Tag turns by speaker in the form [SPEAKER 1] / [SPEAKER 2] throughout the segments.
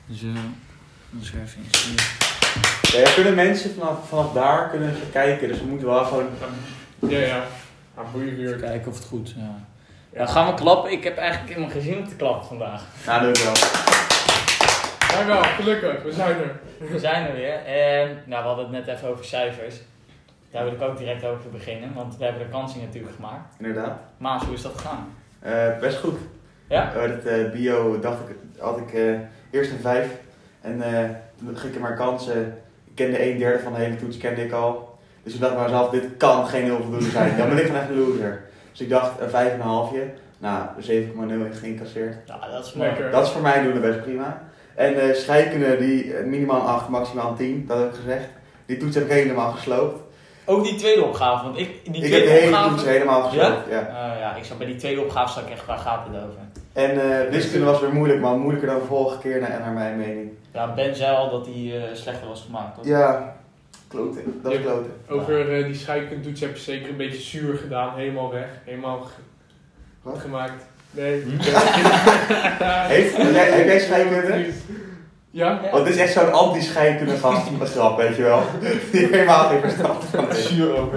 [SPEAKER 1] Dus dat is even instellen.
[SPEAKER 2] Ja, kunnen mensen vanaf daar kunnen ze kijken, dus we moeten wel gewoon...
[SPEAKER 3] Ja. Boeien weer.
[SPEAKER 1] Even kijken of het goed is. Ja, gaan we klappen? Ik heb eigenlijk helemaal geen zin om te klappen vandaag.
[SPEAKER 2] Ja, doe ik wel.
[SPEAKER 3] Ja, wel, gelukkig, we zijn er.
[SPEAKER 1] We zijn er weer. En we hadden het net even over cijfers. Daar wil ik ook direct over beginnen, want we hebben de kansing natuurlijk gemaakt.
[SPEAKER 2] Inderdaad.
[SPEAKER 1] Maas, hoe is dat gegaan?
[SPEAKER 2] Best goed.
[SPEAKER 1] Ja?
[SPEAKER 2] Het bio had ik eerst een 5. En toen ging ik maar kansen. Ik kende 1/3 van de hele toets, kende ik al. Dus ik dacht bij mezelf, dit kan geen heel voldoende zijn. Dan ben ik gewoon echt een loser. Dus ik dacht een 5,5. Nou, 7,0 geïncasseerd.
[SPEAKER 1] Ja, dat is mooi.
[SPEAKER 3] Lekker.
[SPEAKER 2] Dat is voor mij doen best prima. En scheikunde, die minimaal 8, maximaal 10, dat heb ik gezegd. Die toets heb ik helemaal gesloopt.
[SPEAKER 1] Ook die tweede opgave, want
[SPEAKER 2] Ik heb de hele toets helemaal gesloopt, ja.
[SPEAKER 1] Ik zat bij die tweede opgave zat ik echt waar gaat het over.
[SPEAKER 2] En wiskunde was weer moeilijk, maar moeilijker dan de vorige keer naar mijn mening.
[SPEAKER 1] Ja, Ben zei al dat hij slechter was gemaakt, toch?
[SPEAKER 2] Ja, kloten. Dat is kloten.
[SPEAKER 3] Over die scheikundedoets heb je zeker een beetje zuur gedaan, helemaal weg. Helemaal
[SPEAKER 2] Wat?
[SPEAKER 3] gemaakt. Nee.
[SPEAKER 2] Heb jij scheikunde?
[SPEAKER 3] Ja?
[SPEAKER 2] Want het is echt zo'n anti-scheikunde gast grap, weet je wel. Die helemaal geen verstand van heeft.
[SPEAKER 1] Zuur over.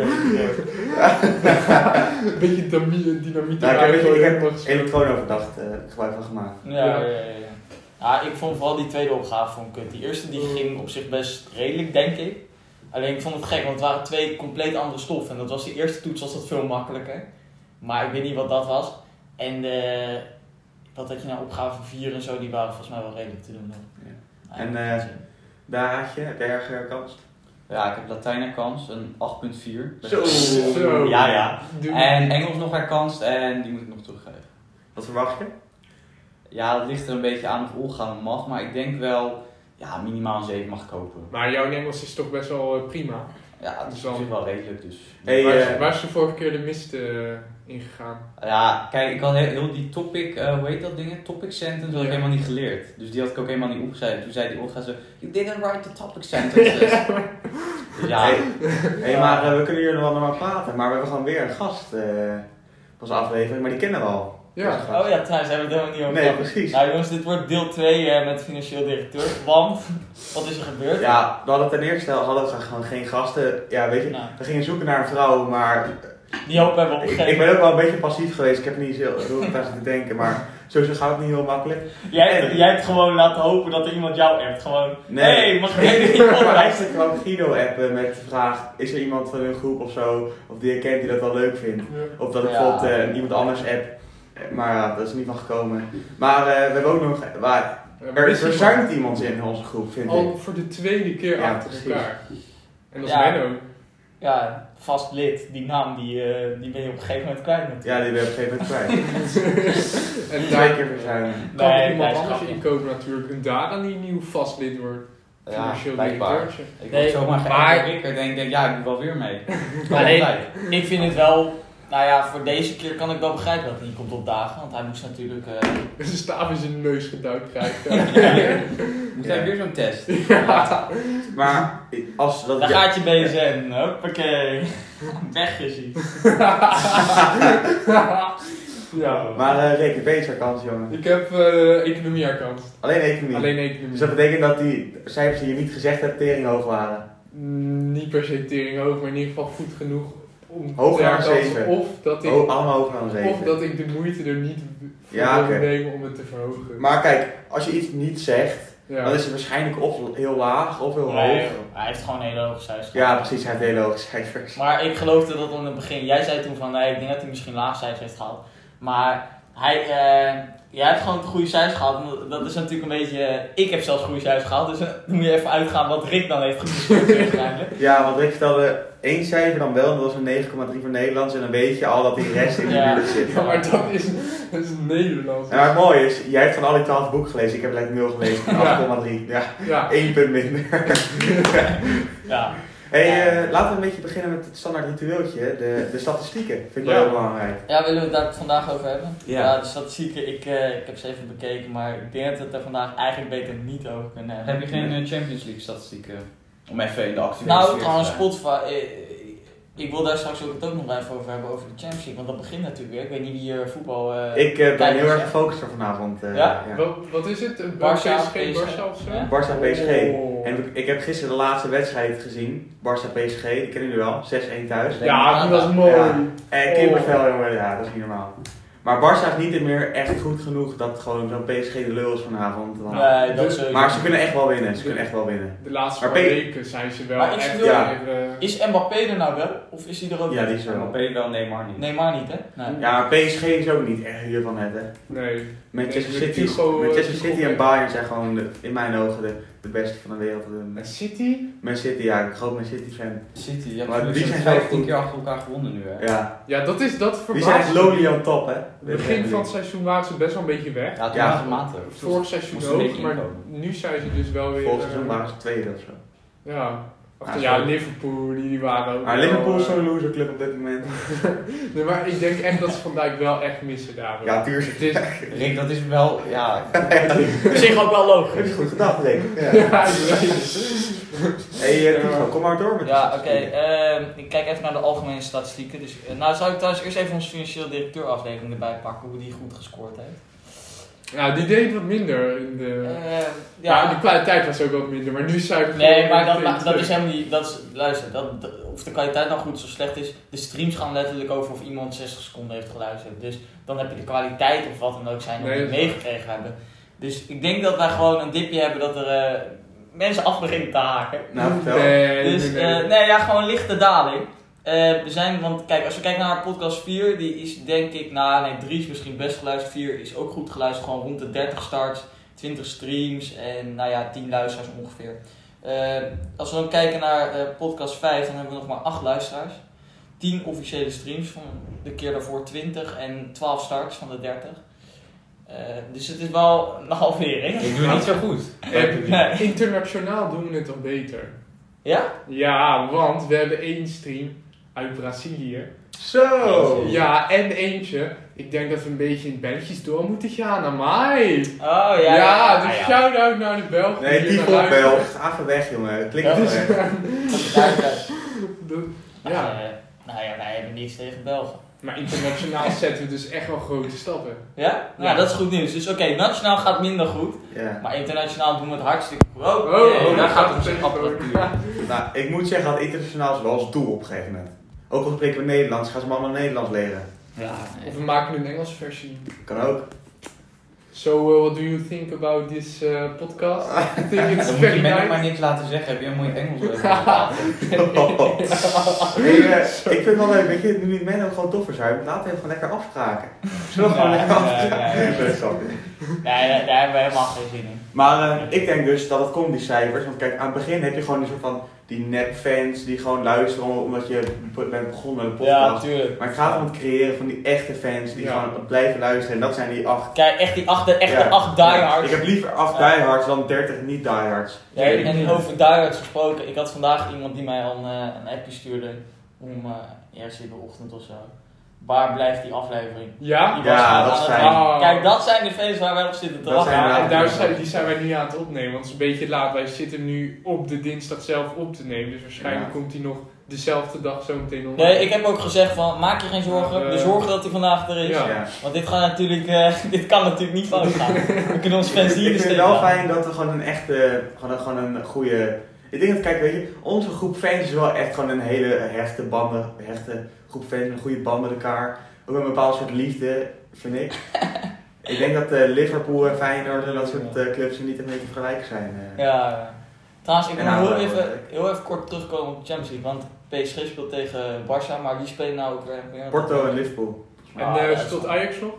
[SPEAKER 3] Een beetje dynamiet.
[SPEAKER 2] Nou, ik heb elektroonenverdacht gebruik van gemaakt.
[SPEAKER 1] Ja. Ja, ik vond vooral die tweede opgave van kut. Die eerste die ging op zich best redelijk, denk ik. Alleen ik vond het gek, want het waren 2 compleet andere stoffen. En dat was de eerste toets was dat veel makkelijker. Maar ik weet niet wat dat was. En wat had je nou, opgave 4 en zo, die waren volgens mij wel redelijk te doen.
[SPEAKER 2] Ja. En daar had je, heb jij erg herkanst?
[SPEAKER 4] Ja, ik heb Latijn herkanst, een 8,4.
[SPEAKER 3] Zo.
[SPEAKER 4] Ja.
[SPEAKER 3] Doe.
[SPEAKER 4] En Engels nog herkanst en die moet ik nog teruggeven.
[SPEAKER 2] Wat verwacht je?
[SPEAKER 4] Ja, het ligt er een beetje aan of Olga mag, maar ik denk wel, ja, minimaal een 7 mag ik kopen.
[SPEAKER 3] Maar jouw Engels is toch best wel prima.
[SPEAKER 4] Ja, het is op zich wel redelijk dus.
[SPEAKER 2] Hey,
[SPEAKER 3] Waar is de vorige keer de mist ingegaan?
[SPEAKER 4] Ja, kijk, ik had heel die topic, hoe heet dat ding? Topic sentence had ik helemaal niet geleerd. Dus die had ik ook helemaal niet opgeschreven. Toen zei die Olga zo, you didn't write the topic sentences. Dus ja.
[SPEAKER 2] Hey, maar we kunnen hier nog wel normaal praten, maar we hebben gewoon weer een gast op onze aflevering, maar die kennen we al.
[SPEAKER 3] Ja.
[SPEAKER 1] Oh ja, trouwens, hebben we het helemaal niet over
[SPEAKER 2] Nee,
[SPEAKER 1] gehad.
[SPEAKER 2] precies.
[SPEAKER 1] Nou jongens, dit wordt deel 2 met de financieel directeur. Want, wat is er gebeurd?
[SPEAKER 2] Ja, we hadden ten eerste hadden we gewoon geen gasten. Ja, weet je,
[SPEAKER 1] Nou.
[SPEAKER 2] we gingen zoeken naar een vrouw, maar
[SPEAKER 1] Die hoop hebben we opgegeven.
[SPEAKER 2] ik ben ook wel een beetje passief geweest. Ik heb niet zo heel veel aan zitten denken, maar sowieso gaat het niet heel makkelijk.
[SPEAKER 1] Jij hebt gewoon laten hopen dat er iemand jou appt. Gewoon,
[SPEAKER 2] Nee.
[SPEAKER 1] hey, mag ik even die
[SPEAKER 2] Hij
[SPEAKER 1] podcast?
[SPEAKER 2] zit gewoon Guido appen met de vraag, is er iemand van hun groep of zo, of die je kent die dat wel leuk vindt? Of dat ik
[SPEAKER 1] Ja.
[SPEAKER 2] bijvoorbeeld iemand anders app. Maar ja, dat is niet van gekomen. Maar we hebben ook nog, er verzuimt iemand in onze groep, vind ik.
[SPEAKER 3] Al voor de tweede keer
[SPEAKER 2] Ja,
[SPEAKER 3] achter
[SPEAKER 2] precies.
[SPEAKER 3] elkaar. En dat is
[SPEAKER 1] Ja.
[SPEAKER 3] Menno.
[SPEAKER 1] Ja, vast lid. Die naam die ben je op een gegeven moment kwijt natuurlijk.
[SPEAKER 2] Ja, die ben ik op een gegeven moment kwijt.
[SPEAKER 3] En
[SPEAKER 2] 2
[SPEAKER 3] daar
[SPEAKER 2] keer verzuimen.
[SPEAKER 3] kan
[SPEAKER 1] Nee,
[SPEAKER 3] iemand
[SPEAKER 1] is
[SPEAKER 3] anders
[SPEAKER 1] grappig.
[SPEAKER 3] inkomen natuurlijk. Een Dara die nieuw vastlid wordt.
[SPEAKER 4] Ja,
[SPEAKER 3] Financieel
[SPEAKER 4] blijkbaar.
[SPEAKER 3] directeurtje.
[SPEAKER 4] Ik
[SPEAKER 1] Nee,
[SPEAKER 4] word zomaar
[SPEAKER 1] maar-
[SPEAKER 4] geënkeerd en denk ik, ja, ik moet wel weer mee.
[SPEAKER 1] Alleen, ik vind het wel, nou ja, voor deze keer kan ik wel begrijpen dat hij niet komt opdagen. Want hij moest natuurlijk...
[SPEAKER 3] Zijn staaf in zijn neus geduwd krijgt.
[SPEAKER 4] Moet hij weer zo'n test?
[SPEAKER 2] Maar als dat...
[SPEAKER 1] Daar gaat je BSN, hoppakee. Weggezien.
[SPEAKER 3] Ja.
[SPEAKER 2] Maar reken beter kans, jongen.
[SPEAKER 3] Ik heb economie herkant.
[SPEAKER 2] Alleen economie.
[SPEAKER 3] Alleen economie.
[SPEAKER 2] Dus dat betekent dat die cijfers die je niet gezegd hebt tering hoog waren.
[SPEAKER 3] Niet per se tering hoog, maar in ieder geval goed genoeg om
[SPEAKER 2] Hoger
[SPEAKER 3] te
[SPEAKER 2] dan
[SPEAKER 3] herkansen.
[SPEAKER 2] 7.
[SPEAKER 3] Of dat ik,
[SPEAKER 2] Allemaal hoger dan 7.
[SPEAKER 3] of dat ik de moeite er niet voor
[SPEAKER 2] Ja,
[SPEAKER 3] wil
[SPEAKER 2] oké.
[SPEAKER 3] nemen om het te verhogen.
[SPEAKER 2] Maar kijk, als je iets niet zegt,
[SPEAKER 3] Ja.
[SPEAKER 2] dan is het waarschijnlijk of heel laag of heel
[SPEAKER 1] Nee,
[SPEAKER 2] hoog.
[SPEAKER 1] hij heeft gewoon een hele hoge cijfers.
[SPEAKER 2] Ja, precies. Hij heeft hele hoge cijfers.
[SPEAKER 1] Maar ik geloofde dat in het begin. Jij zei toen van nee, ik denk dat hij misschien laag cijfers heeft gehaald. Maar jij hebt gewoon goede cijfers gehaald. En dat is natuurlijk een beetje. Ik heb zelfs goede cijfers gehaald. Dus dan moet je even uitgaan wat Rick dan heeft gescoord waarschijnlijk.
[SPEAKER 2] Ja, want ik vertelde 1 cijfer dan wel, en dat was een 9,3 voor Nederlands. En dan weet je al dat die rest in de
[SPEAKER 1] Ja.
[SPEAKER 2] buurt zit.
[SPEAKER 3] Ja, maar dat is Nederlands.
[SPEAKER 2] En maar het mooie is, jij hebt van al die 12 boeken gelezen. Ik heb gelijk 0 gelezen. 8,3. Ja,
[SPEAKER 3] Ja.
[SPEAKER 2] 1 punt minder.
[SPEAKER 1] Ja.
[SPEAKER 2] Hey, laten we een beetje beginnen met het standaard ritueeltje. De statistieken. Vind ik wel
[SPEAKER 3] Ja.
[SPEAKER 2] heel belangrijk.
[SPEAKER 1] Ja, willen we het daar vandaag over hebben?
[SPEAKER 4] Ja.
[SPEAKER 1] De statistieken, ik heb ze even bekeken, maar ik denk dat we het er vandaag eigenlijk beter niet over kunnen hebben.
[SPEAKER 4] Heb je geen Champions League statistieken? Om even in de actuele
[SPEAKER 1] Nou,
[SPEAKER 4] sfeer te
[SPEAKER 1] trouwens,
[SPEAKER 4] zijn.
[SPEAKER 1] Spotify. ik wil daar straks ook het ook nog even over hebben, over de Champions League. Want dat begint natuurlijk weer. Ik weet niet wie hier voetbal...
[SPEAKER 2] Ik ben
[SPEAKER 1] kijkt
[SPEAKER 2] heel
[SPEAKER 1] is,
[SPEAKER 2] erg
[SPEAKER 1] hè?
[SPEAKER 2] gefocust er vanavond.
[SPEAKER 1] Ja?
[SPEAKER 3] Wat is het? Een
[SPEAKER 1] Barça,
[SPEAKER 3] PSG,
[SPEAKER 1] PSG.
[SPEAKER 3] Barça of zo?
[SPEAKER 1] Ja.
[SPEAKER 2] Barça PSG.
[SPEAKER 3] Oh.
[SPEAKER 2] En ik heb gisteren de laatste wedstrijd gezien. Barça PSG, die kennen jullie wel. 6-1 thuis.
[SPEAKER 3] Ja, die was mooi.
[SPEAKER 2] Ja. En kippenvel, jongen. Ja, dat is niet normaal. Maar Barça is niet meer echt goed genoeg dat gewoon zo'n PSG de lul is vanavond. Want-
[SPEAKER 1] Nee, dat sowieso.
[SPEAKER 2] Maar ze kunnen echt wel winnen. Ze kunnen echt wel winnen.
[SPEAKER 3] De laatste
[SPEAKER 2] Maar
[SPEAKER 3] paar
[SPEAKER 2] P-
[SPEAKER 3] weken zijn ze wel
[SPEAKER 1] Maar is
[SPEAKER 3] echt
[SPEAKER 1] het wel-
[SPEAKER 3] weer,
[SPEAKER 1] Is Mbappé er nou wel? Of is hij er ook
[SPEAKER 2] Ja,
[SPEAKER 1] niet?
[SPEAKER 2] die is er wel.
[SPEAKER 4] Mbappé wel, Neymar niet.
[SPEAKER 1] Neymar niet, hè? Nee.
[SPEAKER 2] Ja, maar PSG is ook niet echt hiervan het, hè.
[SPEAKER 3] Nee.
[SPEAKER 2] Manchester
[SPEAKER 3] Met
[SPEAKER 2] City,
[SPEAKER 3] Hugo,
[SPEAKER 2] Manchester
[SPEAKER 3] Hugo
[SPEAKER 2] City en
[SPEAKER 3] Boss.
[SPEAKER 2] Bayern zijn gewoon in mijn ogen de beste van de wereld.
[SPEAKER 3] En City?
[SPEAKER 2] Man City, ja, ik ben een groot Man City fan.
[SPEAKER 4] City, je
[SPEAKER 2] Maar
[SPEAKER 4] hebt
[SPEAKER 2] die
[SPEAKER 4] die
[SPEAKER 2] zijn
[SPEAKER 4] 15
[SPEAKER 2] wel
[SPEAKER 4] keer achter elkaar gewonnen nu, hè?
[SPEAKER 2] Ja,
[SPEAKER 3] Ja, dat
[SPEAKER 2] die zijn
[SPEAKER 3] verbaast
[SPEAKER 2] echt
[SPEAKER 3] me.
[SPEAKER 2] lowly on top, hè.
[SPEAKER 3] Begin van het seizoen waren ze best wel een beetje weg.
[SPEAKER 4] Ja, toen
[SPEAKER 2] Ja.
[SPEAKER 4] waren ze matig.
[SPEAKER 3] Vorig seizoen
[SPEAKER 4] Moest een beetje
[SPEAKER 3] ook, maar
[SPEAKER 4] inkomen.
[SPEAKER 3] nu zijn ze dus wel weer...
[SPEAKER 2] Volgens seizoen waren ze tweede of zo.
[SPEAKER 3] Ja. Achter,
[SPEAKER 2] Ja,
[SPEAKER 3] ja,
[SPEAKER 2] zo.
[SPEAKER 3] Liverpool, die waren ook
[SPEAKER 2] Maar
[SPEAKER 3] wel,
[SPEAKER 2] Liverpool is zo'n loser club op dit moment.
[SPEAKER 3] Nee, maar ik denk echt dat ze Van Dijk wel echt missen daar. hoor.
[SPEAKER 2] Ja, tuurlijk.
[SPEAKER 3] Het is...
[SPEAKER 4] Rick, dat is wel, ja...
[SPEAKER 1] Op zich ook wel logisch.
[SPEAKER 2] Heb je goed gedacht, denk ik. Ja.
[SPEAKER 3] Ja, ik weet het.
[SPEAKER 2] Hey, Tigo, kom maar door met
[SPEAKER 1] Ja,
[SPEAKER 2] de
[SPEAKER 1] oké.
[SPEAKER 2] statistieken.
[SPEAKER 1] Ik kijk even naar de algemene statistieken. Dus, nou, zou ik trouwens eerst even onze financieel directeur aflevering erbij pakken, hoe die goed gescoord heeft.
[SPEAKER 3] Ja, die deed wat minder. In de...
[SPEAKER 1] Ja,
[SPEAKER 3] de kwaliteit was ook wat minder, maar nu zou ik
[SPEAKER 1] nee,
[SPEAKER 3] gewoon
[SPEAKER 1] maar
[SPEAKER 3] meteen
[SPEAKER 1] dat is helemaal niet. Luister, of de kwaliteit nou goed of slecht is. De streams gaan letterlijk over of iemand 60 seconden heeft geluisterd. Dus dan heb je de kwaliteit of wat dan ook zijn nog
[SPEAKER 3] Nee,
[SPEAKER 1] niet
[SPEAKER 3] dat is
[SPEAKER 1] meegekregen hebben. Dus ik denk dat wij gewoon een dipje hebben dat er mensen af beginnen te haken.
[SPEAKER 2] Nou, vertel.
[SPEAKER 1] Dus nee, ja, gewoon lichte daling. We zijn, want kijk, als we kijken naar podcast 4, die is denk ik, 3 is misschien best geluisterd, 4 is ook goed geluisterd, gewoon rond de 30 starts, 20 streams en 10 luisteraars ongeveer. Als we dan kijken naar podcast 5, dan hebben we nog maar 8 luisteraars, 10 officiële streams, van de keer daarvoor 20 en 12 starts van de 30. Dus het is wel een halvering.
[SPEAKER 4] Ik doe niet zo goed.
[SPEAKER 1] Nee.
[SPEAKER 3] Internationaal doen we het toch beter?
[SPEAKER 1] Ja?
[SPEAKER 3] Ja, want we hebben 1 stream uit Brazilië.
[SPEAKER 2] Zo!
[SPEAKER 3] Ja, en eentje. Ik denk dat we een beetje in belletjes door moeten gaan naar mij.
[SPEAKER 1] Oh
[SPEAKER 3] Ja,
[SPEAKER 1] ja.
[SPEAKER 3] dus shout-out naar de Belgen.
[SPEAKER 2] Nee,
[SPEAKER 3] die
[SPEAKER 2] die
[SPEAKER 3] naar
[SPEAKER 2] volbel.
[SPEAKER 3] luisteren.
[SPEAKER 2] Ga even weg, jongen. Klik
[SPEAKER 1] Ja.
[SPEAKER 2] even weg.
[SPEAKER 3] Ja,
[SPEAKER 1] Wij hebben niks tegen Belgen.
[SPEAKER 3] maar internationaal zetten we dus echt wel grote stappen.
[SPEAKER 1] Ja? Nou,
[SPEAKER 3] Ja.
[SPEAKER 1] dat is goed nieuws. Dus oké, nationaal gaat minder goed.
[SPEAKER 2] Ja.
[SPEAKER 1] Maar internationaal doen we het hartstikke goed. Oh,
[SPEAKER 3] Oh,
[SPEAKER 1] daar gaat het
[SPEAKER 3] het
[SPEAKER 1] dus
[SPEAKER 3] tegen
[SPEAKER 1] apparatuur.
[SPEAKER 2] Nou, ik moet zeggen dat internationaal is wel als doel op een gegeven moment. Ook al spreken we Nederlands, gaan ze me allemaal Nederlands leren.
[SPEAKER 1] Ja,
[SPEAKER 3] Of we maken een Engelse versie.
[SPEAKER 2] Kan ook.
[SPEAKER 3] So, what do you think about this podcast? I think it's
[SPEAKER 4] Dan moet je
[SPEAKER 3] very
[SPEAKER 4] mij nog maar
[SPEAKER 3] nice.
[SPEAKER 4] niks laten zeggen. Heb je een mooi Engels
[SPEAKER 2] Ik vind het wel leuk, weet je, nu niet Menno gewoon tof verzuimt, laten we even gewoon lekker afspraken. Zullen we gewoon
[SPEAKER 1] Ja,
[SPEAKER 2] lekker
[SPEAKER 1] ja,
[SPEAKER 2] afspraken?
[SPEAKER 1] ja.
[SPEAKER 2] Dat is grappig.
[SPEAKER 1] Nee, daar hebben we helemaal geen zin in.
[SPEAKER 2] Maar ik denk dus dat het komt, die cijfers. Want kijk, aan het begin heb je gewoon een soort van die nep-fans die gewoon luisteren omdat je bent begonnen met een
[SPEAKER 1] Ja,
[SPEAKER 2] podcast.
[SPEAKER 1] tuurlijk.
[SPEAKER 2] Maar het gaat om het creëren van die echte fans die
[SPEAKER 3] Ja.
[SPEAKER 2] gewoon blijven luisteren. En dat zijn die 8.
[SPEAKER 1] Kijk, echt die echte
[SPEAKER 2] Ja.
[SPEAKER 1] 8 diehards.
[SPEAKER 2] Ik heb liever 8
[SPEAKER 1] Ja.
[SPEAKER 2] diehards dan 30 niet diehards.
[SPEAKER 1] Ja, en over diehards gesproken, ik had vandaag iemand die mij al een appje stuurde om eerst in de ochtend of zo. Waar blijft die aflevering?
[SPEAKER 3] Ja?
[SPEAKER 1] Die
[SPEAKER 2] Ja,
[SPEAKER 1] was gewoon
[SPEAKER 2] dat
[SPEAKER 1] aan
[SPEAKER 2] is
[SPEAKER 1] het
[SPEAKER 2] fijn.
[SPEAKER 1] wachten. Kijk, dat zijn de fans waar wij op zitten te
[SPEAKER 2] Dat
[SPEAKER 1] wachten.
[SPEAKER 2] zijn
[SPEAKER 3] Ja, en
[SPEAKER 2] Ja.
[SPEAKER 3] die zijn wij nu aan het opnemen, want het is een beetje laat. Wij zitten nu op de dinsdag zelf op te nemen, dus waarschijnlijk
[SPEAKER 2] Ja.
[SPEAKER 3] komt hij nog dezelfde dag zo meteen online.
[SPEAKER 1] Nee, ik heb ook gezegd van, maak je geen zorgen.
[SPEAKER 3] Ja,
[SPEAKER 1] We zorgen dat hij vandaag er is.
[SPEAKER 3] Ja.
[SPEAKER 2] Ja.
[SPEAKER 1] Want dit, gaat natuurlijk, dit kan natuurlijk niet fout gaan. We kunnen ons fans hier
[SPEAKER 2] Ik
[SPEAKER 1] in de
[SPEAKER 2] vind het
[SPEAKER 1] steek
[SPEAKER 2] wel
[SPEAKER 1] laten.
[SPEAKER 2] fijn dat we gewoon een echte, gewoon een goede... Ik denk dat, kijk, weet je, onze groep fans is wel echt gewoon een hele hechte groep fans met een goede band met elkaar. Ook een bepaald soort liefde, vind ik. Ik denk dat Liverpool en Feyenoord en dat soort clubs er niet een beetje te vergelijken zijn.
[SPEAKER 1] Ja. Trouwens, ik wil
[SPEAKER 2] Ja,
[SPEAKER 1] nog
[SPEAKER 2] wel,
[SPEAKER 1] heel even kort terugkomen op de Champions League. Want PSG speelt tegen Barça, maar die spelen nou ook weer.
[SPEAKER 2] Porto en Liverpool.
[SPEAKER 3] En
[SPEAKER 1] Ah, dat is
[SPEAKER 3] speelt
[SPEAKER 1] goed.
[SPEAKER 3] Ajax nog?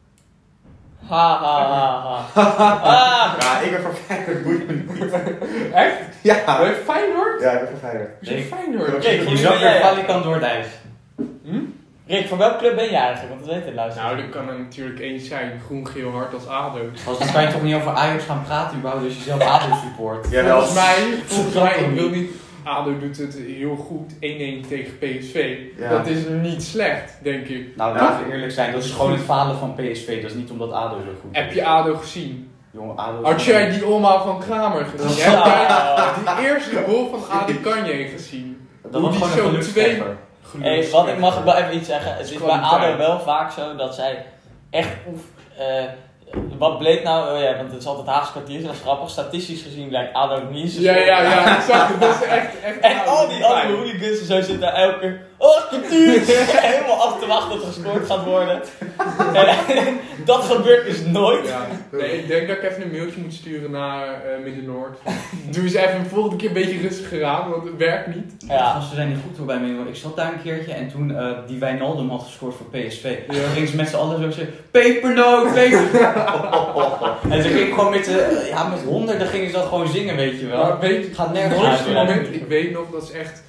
[SPEAKER 1] Ha ha ha ha.
[SPEAKER 2] Ja, ik ben van Feyenoord, boeit me niet.
[SPEAKER 3] Echt?
[SPEAKER 2] Ja,
[SPEAKER 3] Bij Feyenoord?
[SPEAKER 2] ja, ik ben van Feyenoord.
[SPEAKER 3] Is het
[SPEAKER 4] Nee.
[SPEAKER 3] Feyenoord?
[SPEAKER 1] Kijk,
[SPEAKER 4] Je zag weer Valikant door het ijs.
[SPEAKER 1] Rick, voor welke club ben je eigenlijk? Want dat weet de luisteraar.
[SPEAKER 3] Nou, er kan er natuurlijk één zijn. Groen-geel hard als ADO.
[SPEAKER 4] Dan kan je toch niet over Ajax gaan praten überhaupt als je zelf ADO support.
[SPEAKER 2] Jawel.
[SPEAKER 3] Volgens mij, ik wil niet... ADO doet het heel goed. 1-1 tegen PSV.
[SPEAKER 2] Ja.
[SPEAKER 3] Dat is niet slecht, denk ik.
[SPEAKER 4] Nou,
[SPEAKER 2] Ja.
[SPEAKER 4] laten we eerlijk zijn, dat is gewoon het falen van PSV. Dat is niet omdat ADO zo goed is.
[SPEAKER 3] Heb je ADO gezien?
[SPEAKER 4] Jongen, ADO
[SPEAKER 3] Had jij die omhaal van Kramer gezien? Heb jij die eerste goal van Adi Kanje gezien?
[SPEAKER 4] Dat
[SPEAKER 3] hoe
[SPEAKER 4] was
[SPEAKER 3] die
[SPEAKER 4] gewoon een
[SPEAKER 3] zo
[SPEAKER 4] gelukstreffer.
[SPEAKER 1] Hey, wat ik mag wel even iets zeggen. Het is bij ADO wel vaak zo dat zij echt... wat bleek nou... Oh ja, want het is altijd Haagse kwartier, dat is grappig. Statistisch gezien blijkt ADO niet zo...
[SPEAKER 3] Ja, exact. Dat is echt
[SPEAKER 1] En al die andere hooligans en zo zitten daar elke keer... Oh, kwartier! Helemaal af te wachten tot er gescoord gaat worden. En dat gebeurt dus nooit.
[SPEAKER 3] Ja. Nee, ik denk dat ik even een mailtje moet sturen naar Midden-Noord. Doe eens even een volgende keer een beetje rustig aan, want het werkt niet.
[SPEAKER 1] Ja.
[SPEAKER 4] Ze zijn niet goed hoor bij Midden-Noord. Ik zat daar een keertje en toen die Wijnaldum had gescoord voor PSV.
[SPEAKER 3] Ja.
[SPEAKER 4] Toen gingen ze met z'n allen zo zeggen, pepernoot, En ze gingen gewoon met honderden gingen ze dat gewoon zingen, weet je wel.
[SPEAKER 3] Maar weet je,
[SPEAKER 4] Gaat
[SPEAKER 3] het
[SPEAKER 4] nergens
[SPEAKER 3] mooiste
[SPEAKER 4] uit.
[SPEAKER 3] moment, ik weet nog, dat is echt...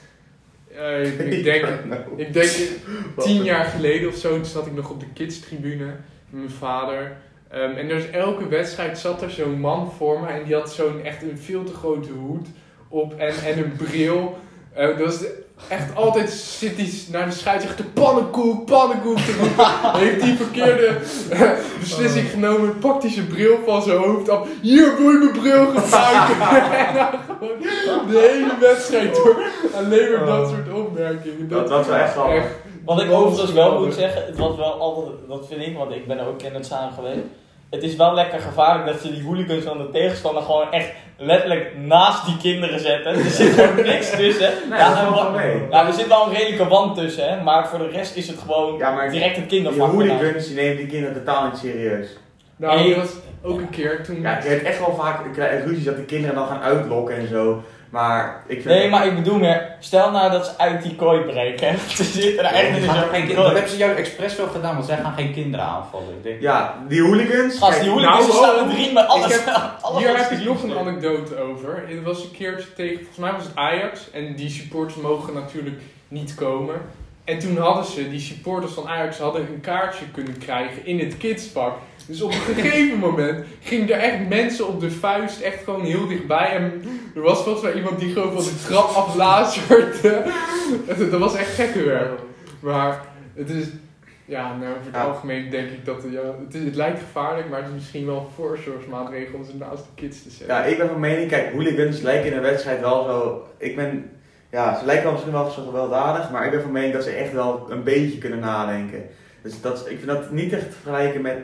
[SPEAKER 3] ik denk 10 jaar geleden of zo, toen zat ik nog op de kidstribune met mijn vader. En dus elke wedstrijd zat er zo'n man voor me en die had echt een veel te grote hoed op en een bril. Dat was echt altijd zit hij naar de scheidsrechter pannenkoek te roepen. Heeft hij verkeerde beslissing genomen, pakt hij zijn bril van zijn hoofd af. Hier wil je mijn bril gebruiken. En dan gewoon de hele wedstrijd door. Alleen maar dat soort opmerkingen.
[SPEAKER 2] Dat was wel echt grappig.
[SPEAKER 1] Wat ik overigens wel moet zeggen, het was wel altijd, dat vind ik, want ik ben er ook in het samen geweest. Het is wel lekker gevaarlijk dat ze die hooligans van de tegenstander gewoon echt letterlijk naast die kinderen zetten. Er zit gewoon niks tussen.
[SPEAKER 2] Nee, dat valt wel mee.
[SPEAKER 1] Ja, er zit wel een redelijke wand tussen, hè, maar voor de rest is het gewoon direct een
[SPEAKER 2] Die
[SPEAKER 1] kindervak.
[SPEAKER 2] hooligans die nemen die kinderen totaal niet serieus.
[SPEAKER 3] Nou, dat was ook een keer toen...
[SPEAKER 2] Ja, je hebt echt wel vaak ruzies dat de kinderen dan gaan uitlokken en zo. Maar ik vind...
[SPEAKER 1] Nee, maar ik bedoel meer, stel nou dat ze uit die kooi breken. Ze zitten daar echt in
[SPEAKER 4] Dat
[SPEAKER 1] zo'n kooi.
[SPEAKER 4] hebben ze jou expres wel gedaan, want zij gaan geen kinderen aanvallen. Ik denk.
[SPEAKER 2] Ja, die hooligans...
[SPEAKER 1] Gast, die hooligans
[SPEAKER 3] Nou,
[SPEAKER 1] staan met 3 met alles.
[SPEAKER 3] Hier heb ik nog een anekdote over. Het was een keertje tegen, volgens mij was het Ajax. En die supporters mogen natuurlijk niet komen. En toen hadden ze, die supporters van Ajax hadden een kaartje kunnen krijgen in het kidsvak. Dus op een gegeven moment gingen er echt mensen op de vuist echt gewoon heel dichtbij. En er was volgens mij iemand die gewoon van de trap aflazerde. Dat was echt gekke werk. Maar het is... Ja, nou over het algemeen denk ik dat het lijkt gevaarlijk, maar het is misschien wel een voorzorgsmaatregel om ze naast de kids te zetten.
[SPEAKER 2] Ja, ik ben van mening, kijk, hooligans lijken in een wedstrijd wel zo... Ja, ze lijken wel misschien wel zo gewelddadig, maar ik ben van mening dat ze echt wel een beetje kunnen nadenken. Dus ik vind dat niet echt te vergelijken met,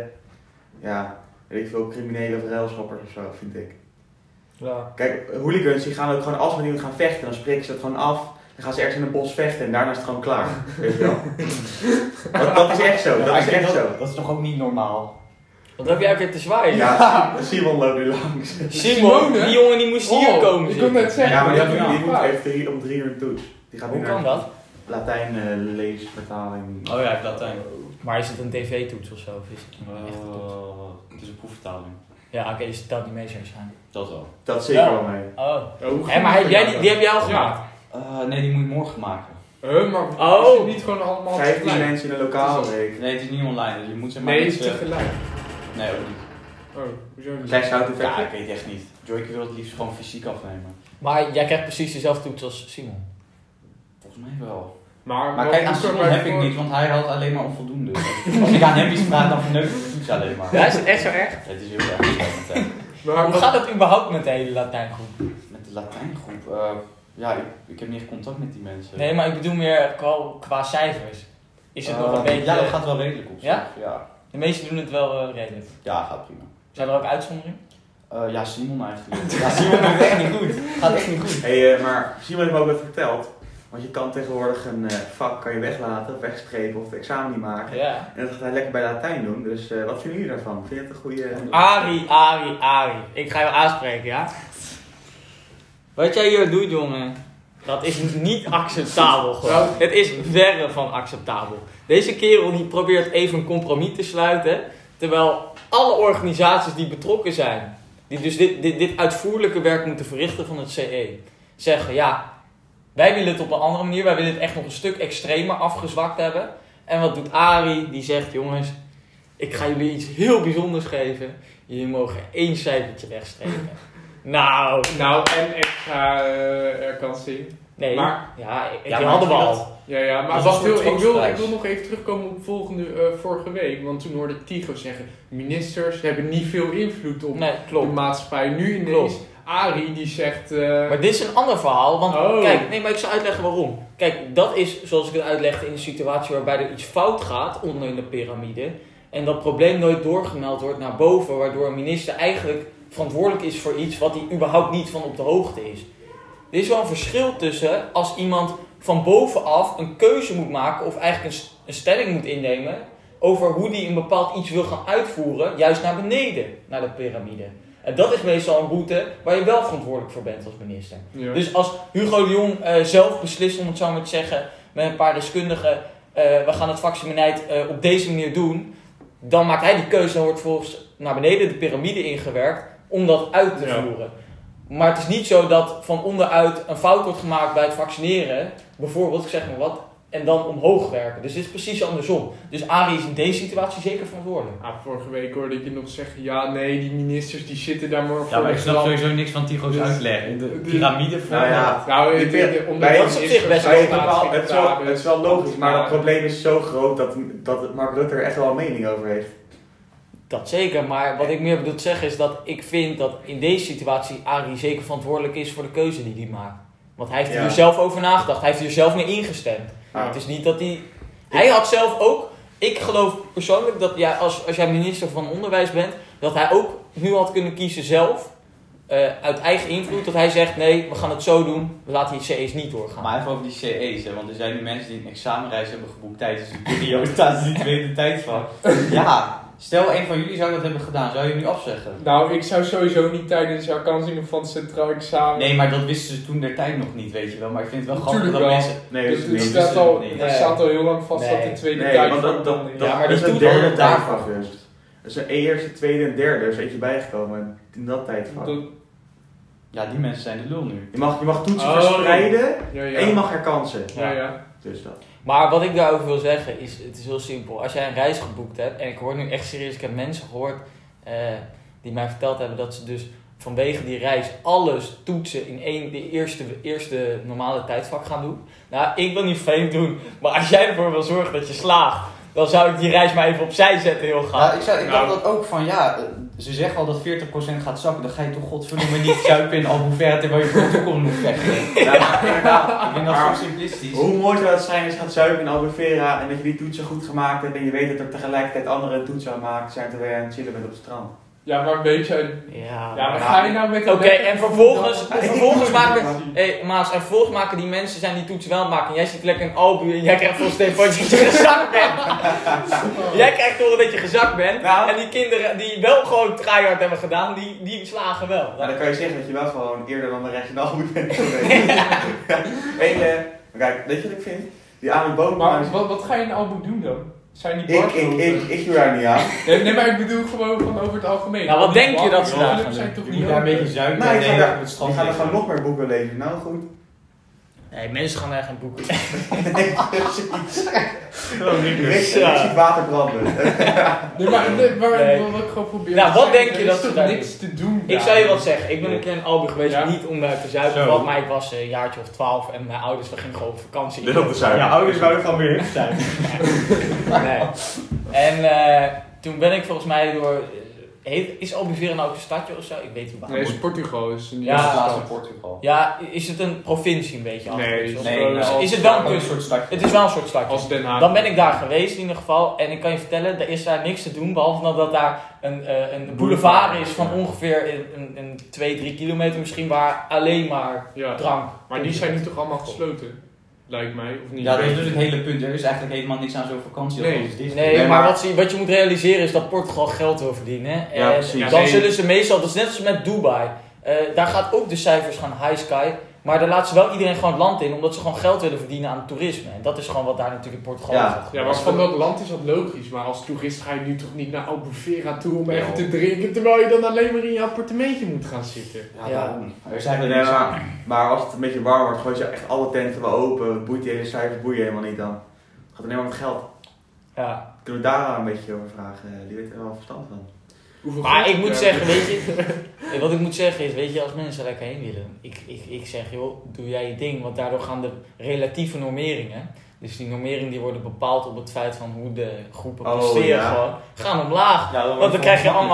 [SPEAKER 2] weet ik veel, criminelen of ruilschoppers of zo, vind ik.
[SPEAKER 1] Ja.
[SPEAKER 2] Kijk, hooligans die gaan ook gewoon, als we met iemand gaan vechten, dan spreken ze dat gewoon af. Dan gaan ze ergens in een bos vechten en daarna is het gewoon klaar. Weet je wel? Dat is echt zo, dat is echt zo.
[SPEAKER 4] Dat is toch ook niet normaal?
[SPEAKER 1] Wat heb jij ook weer te zwaaien?
[SPEAKER 2] Ja, Simon loopt nu langs.
[SPEAKER 1] Simon, die jongen die moest hier komen
[SPEAKER 3] Ik kon net zeggen.
[SPEAKER 2] Ja, maar
[SPEAKER 3] die
[SPEAKER 2] die moet even om 3 uur een toets. Die gaat
[SPEAKER 1] Hoe
[SPEAKER 2] nu
[SPEAKER 1] kan
[SPEAKER 2] naar
[SPEAKER 1] dat?
[SPEAKER 2] Latijn leesvertaling.
[SPEAKER 4] Oh ja, Latijn.
[SPEAKER 1] Maar is het een tv-toets of zo? Of is het
[SPEAKER 4] Het is een proefvertaling.
[SPEAKER 1] Ja, oké, dus het telt niet mee zo zijn.
[SPEAKER 4] Dat wel.
[SPEAKER 2] Dat is zeker
[SPEAKER 1] Ja.
[SPEAKER 2] wel mee.
[SPEAKER 1] Oh. Hé, maar die heb jij al gemaakt?
[SPEAKER 4] Nee, die moet je morgen maken.
[SPEAKER 3] Maar
[SPEAKER 1] Oh.
[SPEAKER 3] is het niet gewoon allemaal
[SPEAKER 2] 15
[SPEAKER 3] tegelijk?
[SPEAKER 2] mensen in een lokaal week.
[SPEAKER 4] Nee, het is niet online. Dus je moet zeg maar
[SPEAKER 3] Nee,
[SPEAKER 4] met
[SPEAKER 3] het is
[SPEAKER 4] z'n-
[SPEAKER 3] tegelijk.
[SPEAKER 4] Nee, ook niet.
[SPEAKER 3] Oh, hoezo niet?
[SPEAKER 2] Zij zou het
[SPEAKER 4] Ja,
[SPEAKER 2] effect.
[SPEAKER 4] ik weet echt niet. Joyke wil het liefst gewoon fysiek afnemen.
[SPEAKER 1] Maar jij krijgt precies dezelfde toets als Simon.
[SPEAKER 4] Volgens mij wel.
[SPEAKER 3] Maar
[SPEAKER 4] Maar
[SPEAKER 3] wat
[SPEAKER 4] kijk, aan
[SPEAKER 3] moet er
[SPEAKER 4] Simon
[SPEAKER 3] bij
[SPEAKER 4] heb ik
[SPEAKER 3] voor-
[SPEAKER 4] niet, want hij had alleen maar onvoldoende. Als ik aan hem iets vraag, dan verneukt hij de toets alleen maar.
[SPEAKER 1] Ja, is het echt zo erg?
[SPEAKER 4] Het is heel erg met hem.
[SPEAKER 3] Maar
[SPEAKER 1] Hoe
[SPEAKER 3] wat-
[SPEAKER 1] gaat het überhaupt met de hele Latijngroep?
[SPEAKER 4] Met de Latijngroep, ik heb niet echt contact met die mensen.
[SPEAKER 1] Nee, maar ik bedoel meer qua cijfers. Is het nog een beetje...
[SPEAKER 4] Ja, dat gaat wel redelijk op zich.
[SPEAKER 1] Ja?
[SPEAKER 4] Ja,
[SPEAKER 1] De meesten doen het wel redelijk.
[SPEAKER 4] ja, gaat prima.
[SPEAKER 1] Zijn er ook uitzonderingen?
[SPEAKER 4] Ja, Simon eigenlijk.
[SPEAKER 1] Ja, Simon doet het echt niet goed. Gaat echt niet goed.
[SPEAKER 2] Hey, maar Simon heeft me ook wat verteld. Want je kan tegenwoordig een vak kan je weglaten, of wegstrepen of het examen niet maken.
[SPEAKER 1] Ja.
[SPEAKER 2] En dat gaat hij lekker bij Latijn doen. Dus wat vinden jullie daarvan? Vind je het een goede...
[SPEAKER 1] Arie. Ik ga je aanspreken, ja? Wat jij hier doet, jongen, dat is niet acceptabel gewoon. Het is verre van acceptabel. Deze kerel die probeert even een compromis te sluiten, terwijl alle organisaties die betrokken zijn, die dus dit uitvoerlijke werk moeten verrichten van het CE, zeggen ja, wij willen het op een andere manier, wij willen het echt nog een stuk extremer afgezwakt hebben. En wat doet Arie? Die zegt, jongens, ik ga jullie iets heel bijzonders geven. Jullie mogen 1 cijfertje wegstrepen. Nou,
[SPEAKER 3] en extra herkansing.
[SPEAKER 1] nee.
[SPEAKER 3] Maar-
[SPEAKER 1] ja, die
[SPEAKER 4] maar
[SPEAKER 1] hadden we
[SPEAKER 4] ik vind
[SPEAKER 1] al.
[SPEAKER 4] dat-
[SPEAKER 3] Ja, maar
[SPEAKER 4] Dat is
[SPEAKER 3] wacht,
[SPEAKER 4] een soort
[SPEAKER 3] ik wil
[SPEAKER 4] troostprijs.
[SPEAKER 3] nog even terugkomen op vorige week. Want toen hoorde ik Tigo zeggen, ministers hebben niet veel invloed op
[SPEAKER 1] Nee,
[SPEAKER 3] de
[SPEAKER 1] klopt.
[SPEAKER 3] maatschappij. Nu ineens,
[SPEAKER 1] Klopt.
[SPEAKER 3] Arie die zegt...
[SPEAKER 1] Maar dit is een ander verhaal, want
[SPEAKER 3] Oh.
[SPEAKER 1] kijk, maar ik zal uitleggen waarom. Kijk, dat is, zoals ik het uitlegde, in een situatie waarbij er iets fout gaat onder in de piramide. En dat probleem nooit doorgemeld wordt naar boven, waardoor een minister eigenlijk verantwoordelijk is voor iets wat hij überhaupt niet van op de hoogte is. Er is wel een verschil tussen als iemand van bovenaf een keuze moet maken of eigenlijk een stelling moet innemen over hoe die een bepaald iets wil gaan uitvoeren, juist naar beneden, naar de piramide. En dat is meestal een route waar je wel verantwoordelijk voor bent als minister.
[SPEAKER 3] Ja.
[SPEAKER 1] Dus als Hugo de Jong zelf beslist, om het zo maar te zeggen, met een paar deskundigen, we gaan het vaccinbeleid op deze manier doen, dan maakt hij die keuze en wordt volgens naar beneden de piramide ingewerkt om dat uit te voeren. Maar het is niet zo dat van onderuit een fout wordt gemaakt bij het vaccineren, bijvoorbeeld, ik zeg maar wat, en dan omhoog werken. Dus dit is precies andersom. Dus Arie is in deze situatie zeker verantwoordelijk.
[SPEAKER 3] Vorige week hoorde ik je nog zeggen, ja nee, die ministers die zitten daar maar voor
[SPEAKER 4] Ja, maar ik
[SPEAKER 3] de
[SPEAKER 4] snap
[SPEAKER 3] grap.
[SPEAKER 4] sowieso niks van Tycho's
[SPEAKER 3] Dus-
[SPEAKER 4] uitleg. In de
[SPEAKER 3] dus-
[SPEAKER 4] piramide voor.
[SPEAKER 2] Nou ja.
[SPEAKER 3] Nou,
[SPEAKER 2] Die
[SPEAKER 3] omdat
[SPEAKER 2] dat
[SPEAKER 1] is op zich best
[SPEAKER 2] Nee, het
[SPEAKER 3] staatssecretaris-
[SPEAKER 2] is wel logisch, maar het probleem is zo groot dat Mark Rutte er echt wel een mening over heeft.
[SPEAKER 1] Dat zeker, maar wat ik meer bedoel te zeggen is dat ik vind dat in deze situatie Arie zeker verantwoordelijk is voor de keuze die hij maakt. Want hij heeft er zelf over nagedacht, hij heeft er zelf mee ingestemd.
[SPEAKER 2] Ja.
[SPEAKER 1] Het is niet dat hij... Hij had zelf ook... Ik geloof persoonlijk dat als jij minister van Onderwijs bent, dat hij ook nu had kunnen kiezen zelf, uit eigen invloed, dat hij zegt, nee, we gaan het zo doen, we laten die CE's niet doorgaan.
[SPEAKER 4] Maar even over die CE's, hè, want er zijn nu mensen die een examenreis hebben geboekt tijdens de periode, tijdens die tweede tijdvak. Ja, stel een van jullie zou dat hebben gedaan, zou je nu afzeggen?
[SPEAKER 3] Nou, ik zou sowieso niet tijdens herkansingen van het centraal examen...
[SPEAKER 4] Nee, maar dat wisten ze toen der tijd nog niet, weet je wel. Maar ik vind het wel grappig dat
[SPEAKER 3] Tuurlijk wel.
[SPEAKER 4] mensen...
[SPEAKER 2] Nee,
[SPEAKER 3] Dus
[SPEAKER 2] dus
[SPEAKER 3] het
[SPEAKER 2] niet.
[SPEAKER 3] staat al,
[SPEAKER 4] nee.
[SPEAKER 3] er staat al heel lang vast dat de tweede
[SPEAKER 2] Nee,
[SPEAKER 3] tijd
[SPEAKER 2] want dat
[SPEAKER 1] Ja, maar die
[SPEAKER 2] is een
[SPEAKER 1] doet
[SPEAKER 2] derde
[SPEAKER 1] al
[SPEAKER 2] tijdvak
[SPEAKER 1] daarvoor.
[SPEAKER 2] dus. Dus een eerste, tweede en derde, dus eentje bijgekomen in dat tijdvak.
[SPEAKER 4] Ja, die mensen zijn de lul nu.
[SPEAKER 2] Je mag toetsen
[SPEAKER 3] Oh.
[SPEAKER 2] verspreiden
[SPEAKER 3] Ja,
[SPEAKER 2] en je mag herkansen.
[SPEAKER 3] Ja.
[SPEAKER 2] Dus dat.
[SPEAKER 1] Maar wat ik daarover wil zeggen is, het is heel simpel. Als jij een reis geboekt hebt, en ik hoor nu echt serieus, ik heb mensen gehoord die mij verteld hebben dat ze dus vanwege die reis alles toetsen in de eerste normale tijdvak gaan doen. Nou, ik wil niet vreemd doen, maar als jij ervoor wil zorgen dat je slaagt, dan zou ik die reis maar even opzij zetten heel graag.
[SPEAKER 4] Ja, ik dacht dat ook van, ze zeggen al dat 40% gaat zakken, dan ga je toch godverdomme niet zuipen in Albufeira terwijl je voor de toekomst moet vechten.
[SPEAKER 2] Ja, maar inderdaad.
[SPEAKER 4] Ik vind dat
[SPEAKER 2] Maar
[SPEAKER 4] zo simplistisch.
[SPEAKER 2] hoe mooi zou het zijn als je gaat zuipen in Albufeira en dat je die toetsen goed gemaakt hebt en je weet dat er tegelijkertijd anderen toetsen aan het maken zijn terwijl je aan het chillen bent op het strand.
[SPEAKER 3] Ja, maar weet je...
[SPEAKER 1] Ja,
[SPEAKER 3] Ja, maar ga je nou met...
[SPEAKER 1] Oké, en vervolgens maken die mensen zijn die toetsen wel aan het maken. En jij zit lekker in Albu en jij krijgt volgens Stefan dat je gezakt bent. Jij krijgt toch dat je gezakt bent.
[SPEAKER 2] Nou.
[SPEAKER 1] En die kinderen die wel gewoon tryhard hebben gedaan, die slagen wel.
[SPEAKER 2] Nou, dan kan je zeggen dat je wel gewoon eerder dan de rest in Albu bent geweest. Maar kijk, weet je wat ik vind? Die Arie Boomsma...
[SPEAKER 3] Maar wat ga je in Albu doen dan? Zijn die
[SPEAKER 2] Ik doe daar niet aan.
[SPEAKER 3] Nee, maar ik bedoel gewoon van over het algemeen.
[SPEAKER 1] Nou, wat denk je dat ze daar
[SPEAKER 3] barclubs
[SPEAKER 1] gaan
[SPEAKER 3] zijn
[SPEAKER 1] doen?
[SPEAKER 3] toch
[SPEAKER 4] Je
[SPEAKER 3] niet
[SPEAKER 4] moet daar een
[SPEAKER 3] open?
[SPEAKER 4] beetje zuipen
[SPEAKER 2] Nou,
[SPEAKER 4] en
[SPEAKER 2] ik
[SPEAKER 4] nee,
[SPEAKER 2] ga
[SPEAKER 4] op het
[SPEAKER 2] daar
[SPEAKER 4] strand
[SPEAKER 2] gewoon
[SPEAKER 4] liggen.
[SPEAKER 2] nog meer boeken lezen. Nou goed.
[SPEAKER 1] Nee, mensen gaan daar geen boeken.
[SPEAKER 2] Nee, precies. Ik
[SPEAKER 1] Ja.
[SPEAKER 2] zie water branden.
[SPEAKER 3] Nee, maar wat ik gewoon probeer
[SPEAKER 1] Nou,
[SPEAKER 3] te
[SPEAKER 1] wat
[SPEAKER 3] zeggen,
[SPEAKER 1] denk je
[SPEAKER 3] er
[SPEAKER 1] dat
[SPEAKER 3] is
[SPEAKER 1] ze
[SPEAKER 3] toch
[SPEAKER 1] daar
[SPEAKER 3] niks te doen
[SPEAKER 1] Ik
[SPEAKER 3] daar?
[SPEAKER 1] zou je wat zeggen, ik ben een keer in Albu geweest,
[SPEAKER 3] Ja.
[SPEAKER 1] niet om daar te zuipen,
[SPEAKER 4] Zo.
[SPEAKER 1] want maar ik was een jaartje of 12 en mijn ouders gingen gewoon op vakantie.
[SPEAKER 4] Ja, ouders wouden gewoon weer hip zijn.
[SPEAKER 1] Nee. En toen ben ik volgens mij door... is Albufeira nou ook een stadje of zo? Ik weet het überhaupt
[SPEAKER 3] Nee,
[SPEAKER 1] niet.
[SPEAKER 3] is Portugal. Is een
[SPEAKER 1] Ja.
[SPEAKER 4] Ja,
[SPEAKER 3] stad.
[SPEAKER 4] plaats in Portugal.
[SPEAKER 1] Ja, is het een provincie een beetje?
[SPEAKER 3] Nee,
[SPEAKER 1] achtig,
[SPEAKER 3] is
[SPEAKER 1] of-
[SPEAKER 4] Nee,
[SPEAKER 3] als-
[SPEAKER 1] is het wel een
[SPEAKER 4] een
[SPEAKER 1] kunst?
[SPEAKER 4] soort stadje.
[SPEAKER 1] Het is wel een soort stadje.
[SPEAKER 3] Als Den Haag.
[SPEAKER 1] Dan ben ik daar geweest in ieder geval en ik kan je vertellen, er is daar niks te doen behalve dan dat daar een boulevard is van ongeveer een 2-3 kilometer misschien waar alleen maar
[SPEAKER 3] Ja.
[SPEAKER 1] drank.
[SPEAKER 3] Maar die zijn nu toch allemaal gesloten? Lijkt mij, of niet?
[SPEAKER 4] Ja, dat is dus het hele punt. Er is eigenlijk helemaal niks aan zo'n vakantie.
[SPEAKER 3] Nee.
[SPEAKER 4] Alles is dicht.
[SPEAKER 1] Nee,
[SPEAKER 2] Nee,
[SPEAKER 1] maar
[SPEAKER 2] maar-
[SPEAKER 1] wat je moet realiseren is dat Portugal geld wil verdienen.
[SPEAKER 2] Ja,
[SPEAKER 1] En
[SPEAKER 2] precies.
[SPEAKER 1] dan
[SPEAKER 3] Nee.
[SPEAKER 1] zullen ze meestal, dat is net als met Dubai, daar gaat ook de cijfers gaan high sky. Maar daar laten ze wel iedereen gewoon het land in, omdat ze gewoon geld willen verdienen aan toerisme. En dat is gewoon wat daar natuurlijk in Portugal
[SPEAKER 2] Ja.
[SPEAKER 1] gaat.
[SPEAKER 3] Ja, maar van dat land is dat logisch. Maar als toerist ga je nu toch niet naar Albufeira toe om even te drinken, terwijl je dan alleen maar in je appartementje moet gaan zitten.
[SPEAKER 4] Ja,
[SPEAKER 1] Ja.
[SPEAKER 4] daarom. Er is eigenlijk
[SPEAKER 2] Nee,
[SPEAKER 4] niks aan.
[SPEAKER 2] maar als het een beetje warm wordt, gooi je echt alle tenten wel open. Boeit die hele cijfers boeien helemaal niet dan. Het gaat alleen maar om het geld.
[SPEAKER 1] Ja.
[SPEAKER 2] Kunnen we daar een beetje over vragen? Die weet er wel verstand van.
[SPEAKER 3] Hoeveel
[SPEAKER 1] Maar
[SPEAKER 3] geld
[SPEAKER 1] ik moet
[SPEAKER 3] heb
[SPEAKER 1] zeggen, weet je, wat ik moet zeggen is, weet je, als mensen lekker heen willen, ik zeg, joh, doe jij je ding, want daardoor gaan de relatieve normeringen, dus die normeringen die worden bepaald op het feit van hoe de groepen
[SPEAKER 2] Oh,
[SPEAKER 1] presteren
[SPEAKER 2] ja.
[SPEAKER 1] gewoon, gaan omlaag.
[SPEAKER 4] Ja,
[SPEAKER 1] Want dan krijg je allemaal,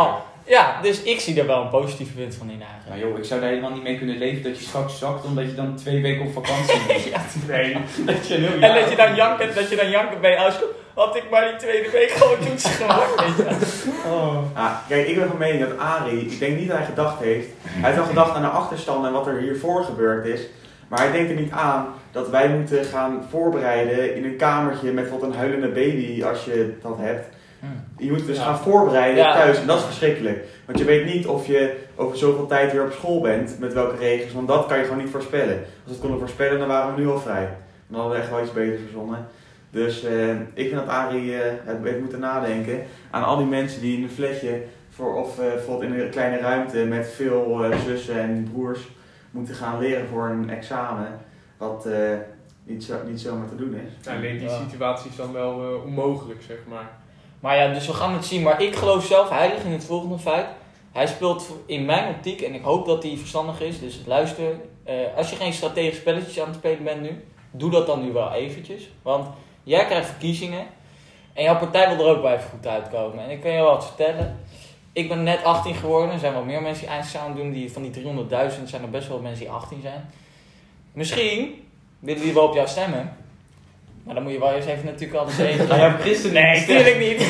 [SPEAKER 1] Ja, dus ik zie er wel een positieve punt van in eigenlijk.
[SPEAKER 4] Maar joh, ik zou daar helemaal niet mee kunnen leven dat je straks zakt omdat je dan 2 weken op vakantie bent.
[SPEAKER 1] Ja.
[SPEAKER 3] Nee.
[SPEAKER 4] Dat je een heel
[SPEAKER 1] En
[SPEAKER 4] jaar
[SPEAKER 1] dat je dan janken bij je huis komt. Had ik maar die tweede week gewoon toetsen gemaakt, weet je.
[SPEAKER 2] Kijk, ik ben van mening dat Arie, ik denk niet dat hij gedacht heeft. Hij heeft wel gedacht aan de achterstand en wat er hiervoor gebeurd is. Maar hij denkt er niet aan dat wij moeten gaan voorbereiden in een kamertje met wat een huilende baby als je dat hebt. Je moet dus gaan voorbereiden thuis en dat is verschrikkelijk. Want je weet niet of je over zoveel tijd weer op school bent, met welke regels, want dat kan je gewoon niet voorspellen. Als we het konden voorspellen, dan waren we nu al vrij. Dan hadden we echt wel iets beters verzonnen. Dus ik vind dat Arie heeft moeten nadenken aan al die mensen die in een flatje, of bijvoorbeeld in een kleine ruimte met veel zussen en broers, moeten gaan leren voor een examen, wat niet zomaar te doen is.
[SPEAKER 3] Nou, nee, die situatie is dan wel onmogelijk, zeg maar.
[SPEAKER 1] Maar ja, dus we gaan het zien. Maar ik geloof zelf heilig in het volgende feit. Hij speelt in mijn optiek, en ik hoop dat hij verstandig is, dus luister. Als je geen strategische spelletjes aan het spelen bent nu, doe dat dan nu wel eventjes. Want jij krijgt verkiezingen en jouw partij wil er ook wel even goed uitkomen. En ik kan je wel wat vertellen. Ik ben net 18 geworden. Er zijn wel meer mensen die eindexamen doen. Van die 300.000 zijn er best wel mensen die 18 zijn. Misschien willen die wel op jou stemmen. Maar dan moet je wel eens even natuurlijk altijd zeggen.
[SPEAKER 4] Ga je op christen?
[SPEAKER 1] Nee, tuurlijk niet.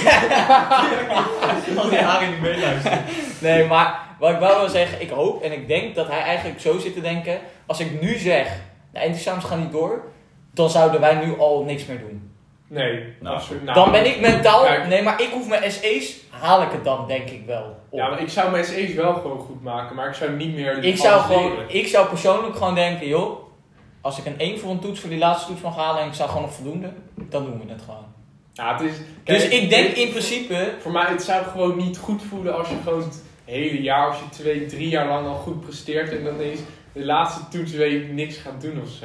[SPEAKER 4] Als die Arie niet meeluistert.
[SPEAKER 1] Nee, maar wat ik wel wil zeggen, ik hoop en ik denk dat hij eigenlijk zo zit te denken. Als ik nu zeg, de eindexamens gaan niet door, dan zouden wij nu al niks meer doen.
[SPEAKER 3] Nee,
[SPEAKER 4] Nou,
[SPEAKER 3] absoluut.
[SPEAKER 1] Dan ben ik mentaal,
[SPEAKER 3] kijk.
[SPEAKER 1] nee, maar ik hoef mijn SE's, haal ik het dan denk ik wel op.
[SPEAKER 3] Ja, maar ik zou mijn SE's wel gewoon goed maken, maar ik zou niet meer
[SPEAKER 1] Ik zou persoonlijk gewoon denken, joh, als ik een 1 voor een toets voor die laatste toets mag halen en ik zou gewoon nog voldoende, dan doen we het gewoon.
[SPEAKER 3] Ja, het is,
[SPEAKER 1] Dus
[SPEAKER 3] kijk,
[SPEAKER 1] ik denk in principe,
[SPEAKER 3] voor mij, het zou gewoon niet goed voelen als je gewoon het hele jaar, als je 2-3 jaar lang al goed presteert en dan ineens de laatste toetsweek niks gaat doen of zo.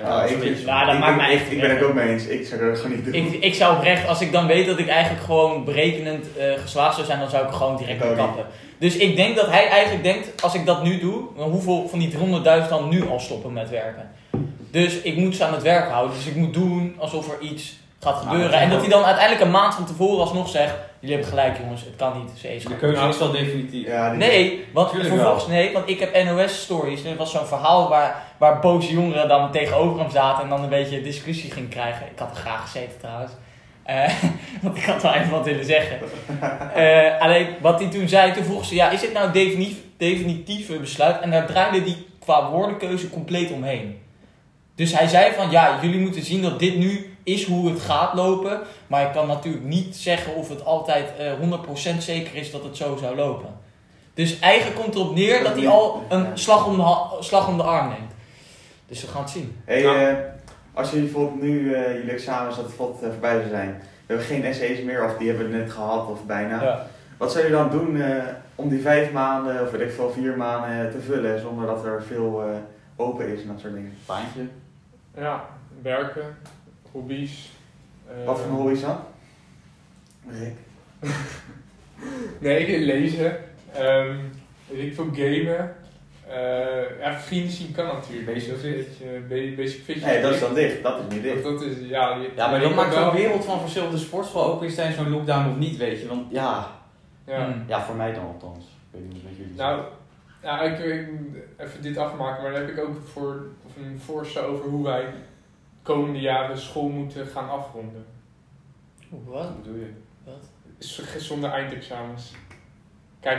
[SPEAKER 2] Ik ben het ook mee eens. Ik zou dat gewoon niet doen.
[SPEAKER 1] ik zou oprecht, als ik dan weet dat ik eigenlijk gewoon berekenend geslaagd zou zijn, dan zou ik gewoon direct
[SPEAKER 2] Ik ook
[SPEAKER 1] kappen. Dus ik denk dat hij eigenlijk denkt, als ik dat nu doe, dan hoeveel van die 300.000 dan nu al stoppen met werken. Dus ik moet ze aan het werk houden. Dus ik moet doen alsof er iets gaat gebeuren. En dat hij dan uiteindelijk een maand van tevoren alsnog zegt, jullie hebben gelijk jongens, het kan niet.
[SPEAKER 4] De keuze is wel definitief.
[SPEAKER 2] Ja,
[SPEAKER 1] Nee, want
[SPEAKER 4] Tuurlijk
[SPEAKER 1] vervolgens want ik heb NOS Stories. Er was zo'n verhaal waar boze jongeren dan tegenover hem zaten en dan een beetje discussie ging krijgen. Ik had er graag gezeten trouwens. Want ik had wel even wat willen zeggen. Alleen wat hij toen zei, toen vroeg ze, ja, is dit nou definitieve besluit? En daar draaide die qua woordenkeuze compleet omheen. Dus hij zei van, ja, jullie moeten zien dat dit nu is hoe het gaat lopen. Maar ik kan natuurlijk niet zeggen of het altijd 100% zeker is dat het zo zou lopen. Dus eigenlijk komt erop neer dat hij al een slag om de arm neemt. Dus we gaan het zien.
[SPEAKER 2] Als jullie bijvoorbeeld nu jullie examens dat voorbij zou zijn. We hebben geen SE's meer of die hebben we net gehad of bijna.
[SPEAKER 1] Ja.
[SPEAKER 2] Wat zou je dan doen om die 5 maanden of weet ik veel 4 maanden te vullen zonder dat er veel open is en dat soort dingen?
[SPEAKER 4] Baantje.
[SPEAKER 3] Ja, werken, hobby's.
[SPEAKER 2] Wat voor hobby's dan? Rick?
[SPEAKER 3] Nee, ik lezen. Ik wil gamen. Vrienden zien kan natuurlijk. Basic Fit.
[SPEAKER 2] Nee, dat is dan dicht. Dat is niet dicht.
[SPEAKER 3] Dat is, ja,
[SPEAKER 4] Maar dat maakt wel een wereld van verschil of de sportschool open is tijdens zo'n lockdown of niet, weet je. Want ja, voor mij dan althans. Ik weet niet wat jullie zeggen.
[SPEAKER 3] Ja, ik even dit afmaken, maar dan heb ik ook een voorstel over hoe wij de komende jaren school moeten gaan afronden.
[SPEAKER 1] Wat
[SPEAKER 4] bedoel je?
[SPEAKER 3] Zonder eindexamens. Kijk,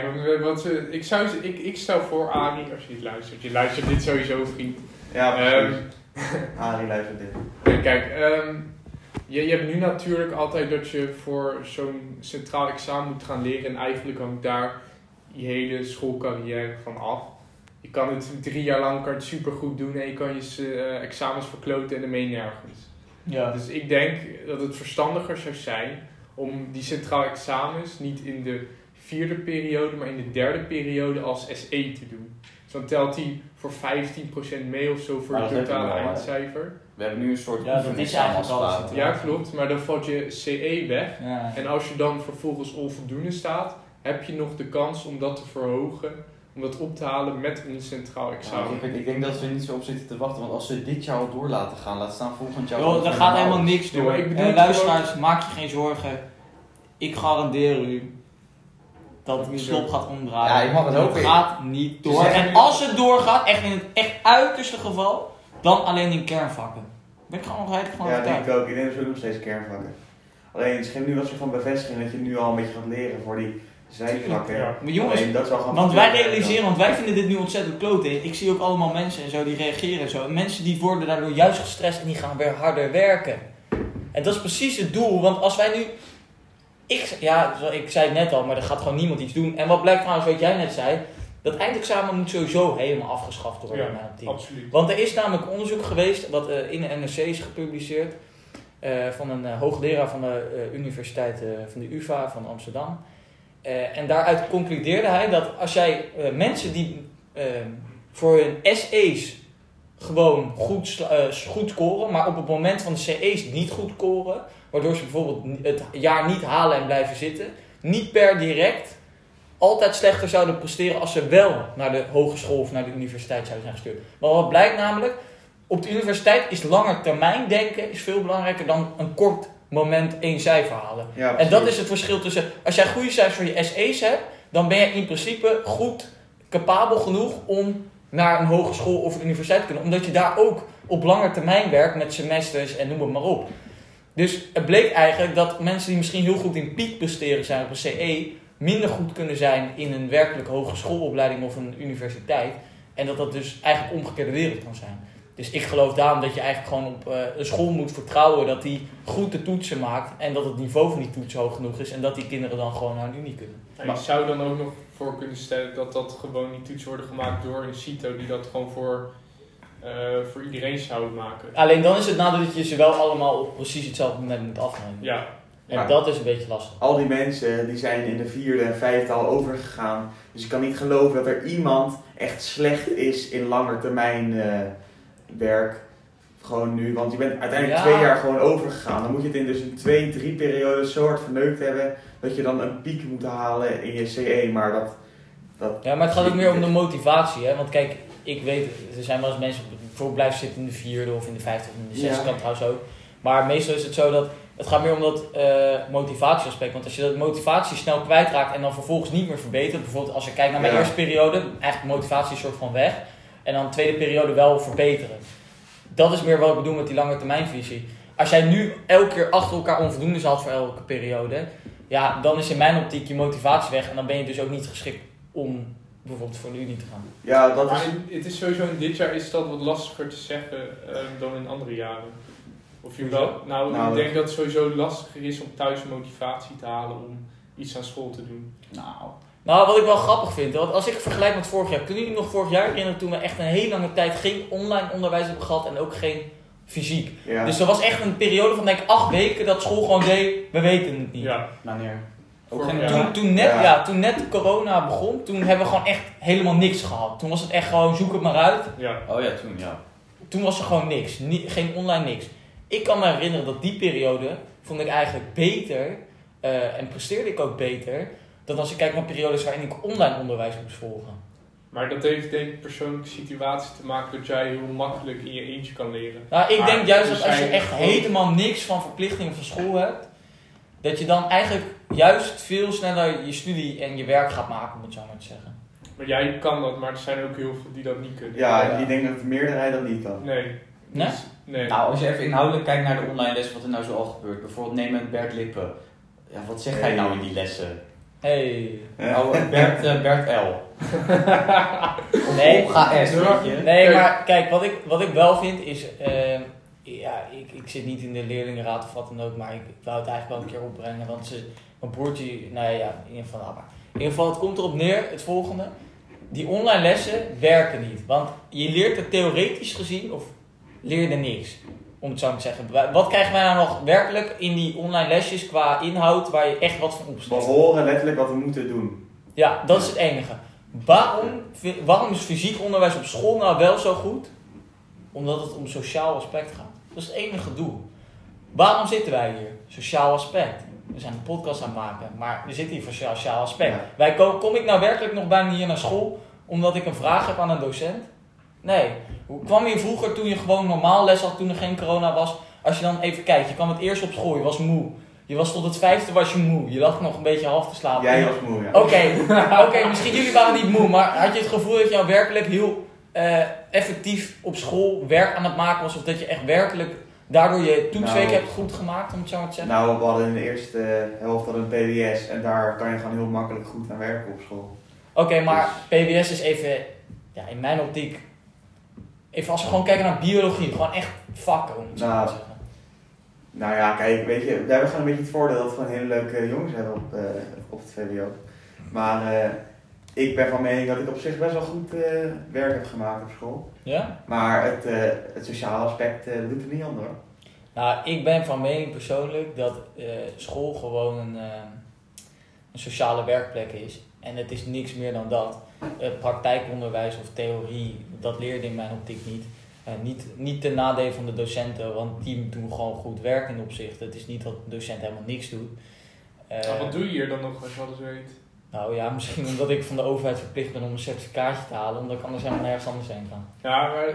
[SPEAKER 3] ik stel voor, Arie, als je dit luistert. Je luistert dit sowieso, vriend.
[SPEAKER 2] Ja, precies. Arie luistert dit.
[SPEAKER 3] Kijk, je hebt nu natuurlijk altijd dat je voor zo'n centraal examen moet gaan leren. En eigenlijk hangt daar je hele schoolcarrière van af. Je kan het 3 jaar lang supergoed doen en je kan je examens verkloten en dan meen je nergens.
[SPEAKER 1] Ja.
[SPEAKER 3] Dus ik denk dat het verstandiger zou zijn om die centraal examens niet in de 4e periode, maar in de 3e periode als SE te doen. Dus dan telt hij voor 15% mee of zo voor het totale eindcijfer.
[SPEAKER 4] We hebben nu een soort
[SPEAKER 1] oefenexamen als
[SPEAKER 4] plaat.
[SPEAKER 3] Ja, klopt, maar dan valt je CE weg.
[SPEAKER 1] Ja.
[SPEAKER 3] En als je dan vervolgens onvoldoende staat, heb je nog de kans om dat te verhogen, om dat op te halen met een centraal examen.
[SPEAKER 4] Ik denk dat we niet zo op zitten te wachten, want als ze dit jaar al door laten gaan, laat staan volgend jaar.
[SPEAKER 1] Joh, er gaat helemaal niks door.
[SPEAKER 3] Ja, ik bedoel
[SPEAKER 1] luisteraars, maak je geen zorgen. Ik garandeer u, dat de slop gaat omdraaien.
[SPEAKER 4] Ja, ik mag het hopen.
[SPEAKER 1] gaat niet door.
[SPEAKER 4] zeggen
[SPEAKER 1] En
[SPEAKER 4] nu-
[SPEAKER 1] als het doorgaat, echt in het echt uiterste geval, dan alleen in kernvakken. Ben ik gewoon nog heilig van
[SPEAKER 2] Ja,
[SPEAKER 1] overtuigd.
[SPEAKER 2] denk ik ook. Ik denk dat ze ook nog steeds kernvakken. Alleen, het geeft nu wat soort van bevestiging dat je nu al een beetje gaat leren voor die zijvakken.
[SPEAKER 3] Ja.
[SPEAKER 1] Maar jongens,
[SPEAKER 2] Alleen, dat is wel gewoon
[SPEAKER 1] want wij
[SPEAKER 2] verkeerd.
[SPEAKER 1] realiseren, want wij vinden dit nu ontzettend kloten. Ik zie ook allemaal mensen en zo die reageren en zo. En mensen die worden daardoor juist gestrest en die gaan weer harder werken. En dat is precies het doel, want als wij nu... Ik zei het net al, maar er gaat gewoon niemand iets doen. En wat blijkt trouwens, wat jij net zei, dat eindexamen moet sowieso helemaal afgeschaft worden.
[SPEAKER 3] Ja,
[SPEAKER 1] in mijn optiek.
[SPEAKER 3] absoluut.
[SPEAKER 1] Want er is namelijk onderzoek geweest, wat in de NRC is gepubliceerd, van een hoogleraar van de universiteit van de UvA van Amsterdam. En daaruit concludeerde hij dat als jij mensen die voor hun SE's gewoon goed scoren, maar op het moment van de CE's niet goed scoren, waardoor ze bijvoorbeeld het jaar niet halen en blijven zitten, niet per direct altijd slechter zouden presteren als ze wel naar de hogeschool of naar de universiteit zouden zijn gestuurd. Maar wat blijkt namelijk, op de universiteit is langer termijn denken is veel belangrijker dan een kort moment 1 cijfer halen.
[SPEAKER 2] Ja,
[SPEAKER 1] En dat
[SPEAKER 2] precies.
[SPEAKER 1] is het verschil tussen, als jij goede cijfers voor je SE's hebt, dan ben je in principe goed, capabel genoeg om naar een hogeschool of een universiteit te kunnen. Omdat je daar ook op lange termijn werkt met semesters en noem het maar op. Dus het bleek eigenlijk dat mensen die misschien heel goed in piek presteren zijn op een CE, minder goed kunnen zijn in een werkelijk hogeschoolopleiding of een universiteit. En dat dat dus eigenlijk omgekeerde wereld kan zijn. Dus ik geloof daarom dat je eigenlijk gewoon op een school moet vertrouwen dat die goed de toetsen maakt. En dat het niveau van die toetsen hoog genoeg is. En dat die kinderen dan gewoon naar een unie kunnen.
[SPEAKER 3] En je zou dan ook nog voor kunnen stellen dat gewoon die toetsen worden gemaakt door een CITO die dat gewoon voor iedereen zou maken.
[SPEAKER 1] Alleen dan is het nadeel dat je ze wel allemaal op precies hetzelfde moment moet afnemen.
[SPEAKER 3] Ja,
[SPEAKER 1] En
[SPEAKER 2] Maar-
[SPEAKER 1] dat is een beetje lastig.
[SPEAKER 2] Al die mensen die zijn in de 4e en 5e al overgegaan. Dus ik kan niet geloven dat er iemand echt slecht is in langetermijn werk. Gewoon nu, want je bent uiteindelijk 2 jaar gewoon overgegaan. Dan moet je het in dus een 2-3 periode zo hard verneukt hebben dat je dan een piek moet halen in je CE. Maar dat
[SPEAKER 1] Ja, maar het gaat ook meer om de motivatie. Hè? Want kijk, ik weet, er zijn wel eens mensen bijvoorbeeld blijven zitten in de 4e of in de 5e of in de 6e,
[SPEAKER 2] Ja.
[SPEAKER 1] kan trouwens ook. Maar meestal is het zo dat, het gaat meer om dat motivatieaspect. Want als je dat motivatie snel kwijtraakt en dan vervolgens niet meer verbetert. Bijvoorbeeld als ik kijk naar mijn
[SPEAKER 2] Ja.
[SPEAKER 1] eerste periode, eigenlijk motivatie is een soort van weg. En dan tweede periode wel verbeteren. Dat is meer wat ik bedoel met die lange termijnvisie. Als jij nu elke keer achter elkaar onvoldoende had voor elke periode, ja, dan is in mijn optiek je motivatie weg. En dan ben je dus ook niet geschikt om bijvoorbeeld voor de Unie te gaan.
[SPEAKER 2] Ja, dat
[SPEAKER 3] maar
[SPEAKER 2] is...
[SPEAKER 3] het is sowieso in dit jaar is dat wat lastiger te zeggen dan in andere jaren. Of je
[SPEAKER 1] Hoezo?
[SPEAKER 3] wel? Nou,
[SPEAKER 2] Nou,
[SPEAKER 3] ik denk dat het sowieso lastiger is om thuis motivatie te halen om iets aan school te doen.
[SPEAKER 1] Nou, wat ik wel grappig vind, want als ik vergelijk met vorig jaar, kunnen jullie nog vorig jaar herinneren toen we echt een hele lange tijd geen online onderwijs hebben gehad en ook geen fysiek.
[SPEAKER 2] Ja.
[SPEAKER 1] Dus er was echt een periode van denk ik 8 weken dat school gewoon deed, we weten het niet.
[SPEAKER 3] Ja,
[SPEAKER 4] Wanneer? Ook
[SPEAKER 3] Vorig
[SPEAKER 4] geen
[SPEAKER 3] jaar.
[SPEAKER 1] Toen net corona begon, toen hebben we gewoon echt helemaal niks gehad. Toen was het echt gewoon zoek het maar uit.
[SPEAKER 3] ja.
[SPEAKER 4] Oh ja, toen ja.
[SPEAKER 1] Toen was er gewoon niks, geen online niks. Ik kan me herinneren dat die periode vond ik eigenlijk beter en presteerde ik ook beter dan als ik kijk naar periodes waarin ik online onderwijs moest volgen.
[SPEAKER 3] Maar dat heeft denk ik persoonlijke situatie te maken dat jij heel makkelijk in je eentje kan leren.
[SPEAKER 1] Nou, ik
[SPEAKER 3] Maar
[SPEAKER 1] denk juist
[SPEAKER 3] er
[SPEAKER 1] dat als je
[SPEAKER 3] zijn
[SPEAKER 1] echt
[SPEAKER 3] gewoon-
[SPEAKER 1] helemaal niks van verplichtingen van school hebt, dat je dan eigenlijk juist veel sneller je studie en je werk gaat maken, om het zo maar te zeggen.
[SPEAKER 3] Maar jij kan dat, maar er zijn ook heel veel die dat niet kunnen.
[SPEAKER 2] Ja,
[SPEAKER 1] Ja.
[SPEAKER 2] ik denk dat de meerderheid dat niet kan.
[SPEAKER 3] Nee.
[SPEAKER 1] Nee?
[SPEAKER 3] Dus- nee.
[SPEAKER 4] Nou, als je even inhoudelijk kijkt naar de online lessen, wat er nou zo al gebeurt. Bijvoorbeeld neem een Bert Lippen. Ja, wat zegt hij nou in die lessen?
[SPEAKER 1] Hey.
[SPEAKER 4] Nou, Bert L.
[SPEAKER 1] Nee.
[SPEAKER 4] Of GS, weet je.
[SPEAKER 1] Nee,
[SPEAKER 3] Kijk.
[SPEAKER 1] maar kijk, wat ik wel vind is, ik zit niet in de leerlingenraad of wat dan ook, maar ik wou het eigenlijk wel een keer opbrengen, want mijn broertje, nou ja, in ieder geval, maar in ieder geval, het komt erop neer, het volgende, die online lessen werken niet, want je leert er theoretisch gezien, of leer er niks, om het zo maar te zeggen. Wat krijgen wij nou nog werkelijk in die online lesjes qua inhoud, waar je echt wat van
[SPEAKER 2] We
[SPEAKER 1] opsteekt?
[SPEAKER 2] horen letterlijk wat we moeten doen.
[SPEAKER 1] Ja, dat is het enige. Waarom is fysiek onderwijs op school nou wel zo goed? Omdat het om sociaal aspect gaat. Dat is het enige doel. Waarom zitten wij hier? Sociaal aspect. We zijn een podcast aan het maken, maar we zitten hier voor sociaal aspect.
[SPEAKER 2] Ja.
[SPEAKER 1] Kom ik nou werkelijk nog bijna hier naar school omdat ik een vraag heb aan een docent? Nee. Hoe kwam je vroeger toen je gewoon normaal les had, toen er geen corona was? Als je dan even kijkt, je kwam het eerst op school, je was moe. Je was tot het 5e was je moe. Je lag nog een beetje half te slapen.
[SPEAKER 2] Jij was moe, ja.
[SPEAKER 1] Oké, misschien jullie waren niet moe, maar had je het gevoel dat je nou werkelijk heel effectief op school werk aan het maken was? Of dat je echt werkelijk daardoor je toetsweek hebt goed gemaakt, om het zo maar te zeggen?
[SPEAKER 2] Nou, we hadden in de eerste helft een PBS en daar kan je gewoon heel makkelijk goed aan werken op school.
[SPEAKER 1] Oké, maar PBS is even, in mijn optiek, even als we gewoon kijken naar biologie, gewoon echt vakken, om het zo maar te zeggen.
[SPEAKER 2] Nou ja, kijk, weet je, we hebben gewoon een beetje het voordeel dat we gewoon hele leuke jongens hebben op het VWO. Maar ik ben van mening dat ik op zich best wel goed werk heb gemaakt op school.
[SPEAKER 1] Ja?
[SPEAKER 2] Maar het sociale aspect doet er niet aan hoor.
[SPEAKER 1] Nou, ik ben van mening persoonlijk dat school gewoon een sociale werkplek is. En het is niks meer dan dat. Praktijkonderwijs of theorie, dat leerde in mijn optiek niet. Niet ten nadele van de docenten, want die doen gewoon goed werk in opzicht. Het is niet dat de docent helemaal niks doet.
[SPEAKER 3] Wat doe je hier dan nog als je alles weet?
[SPEAKER 1] Nou ja, misschien omdat ik van de overheid verplicht ben om een certificaatje te halen, omdat ik anders helemaal nergens anders heen ga.
[SPEAKER 3] Ja, maar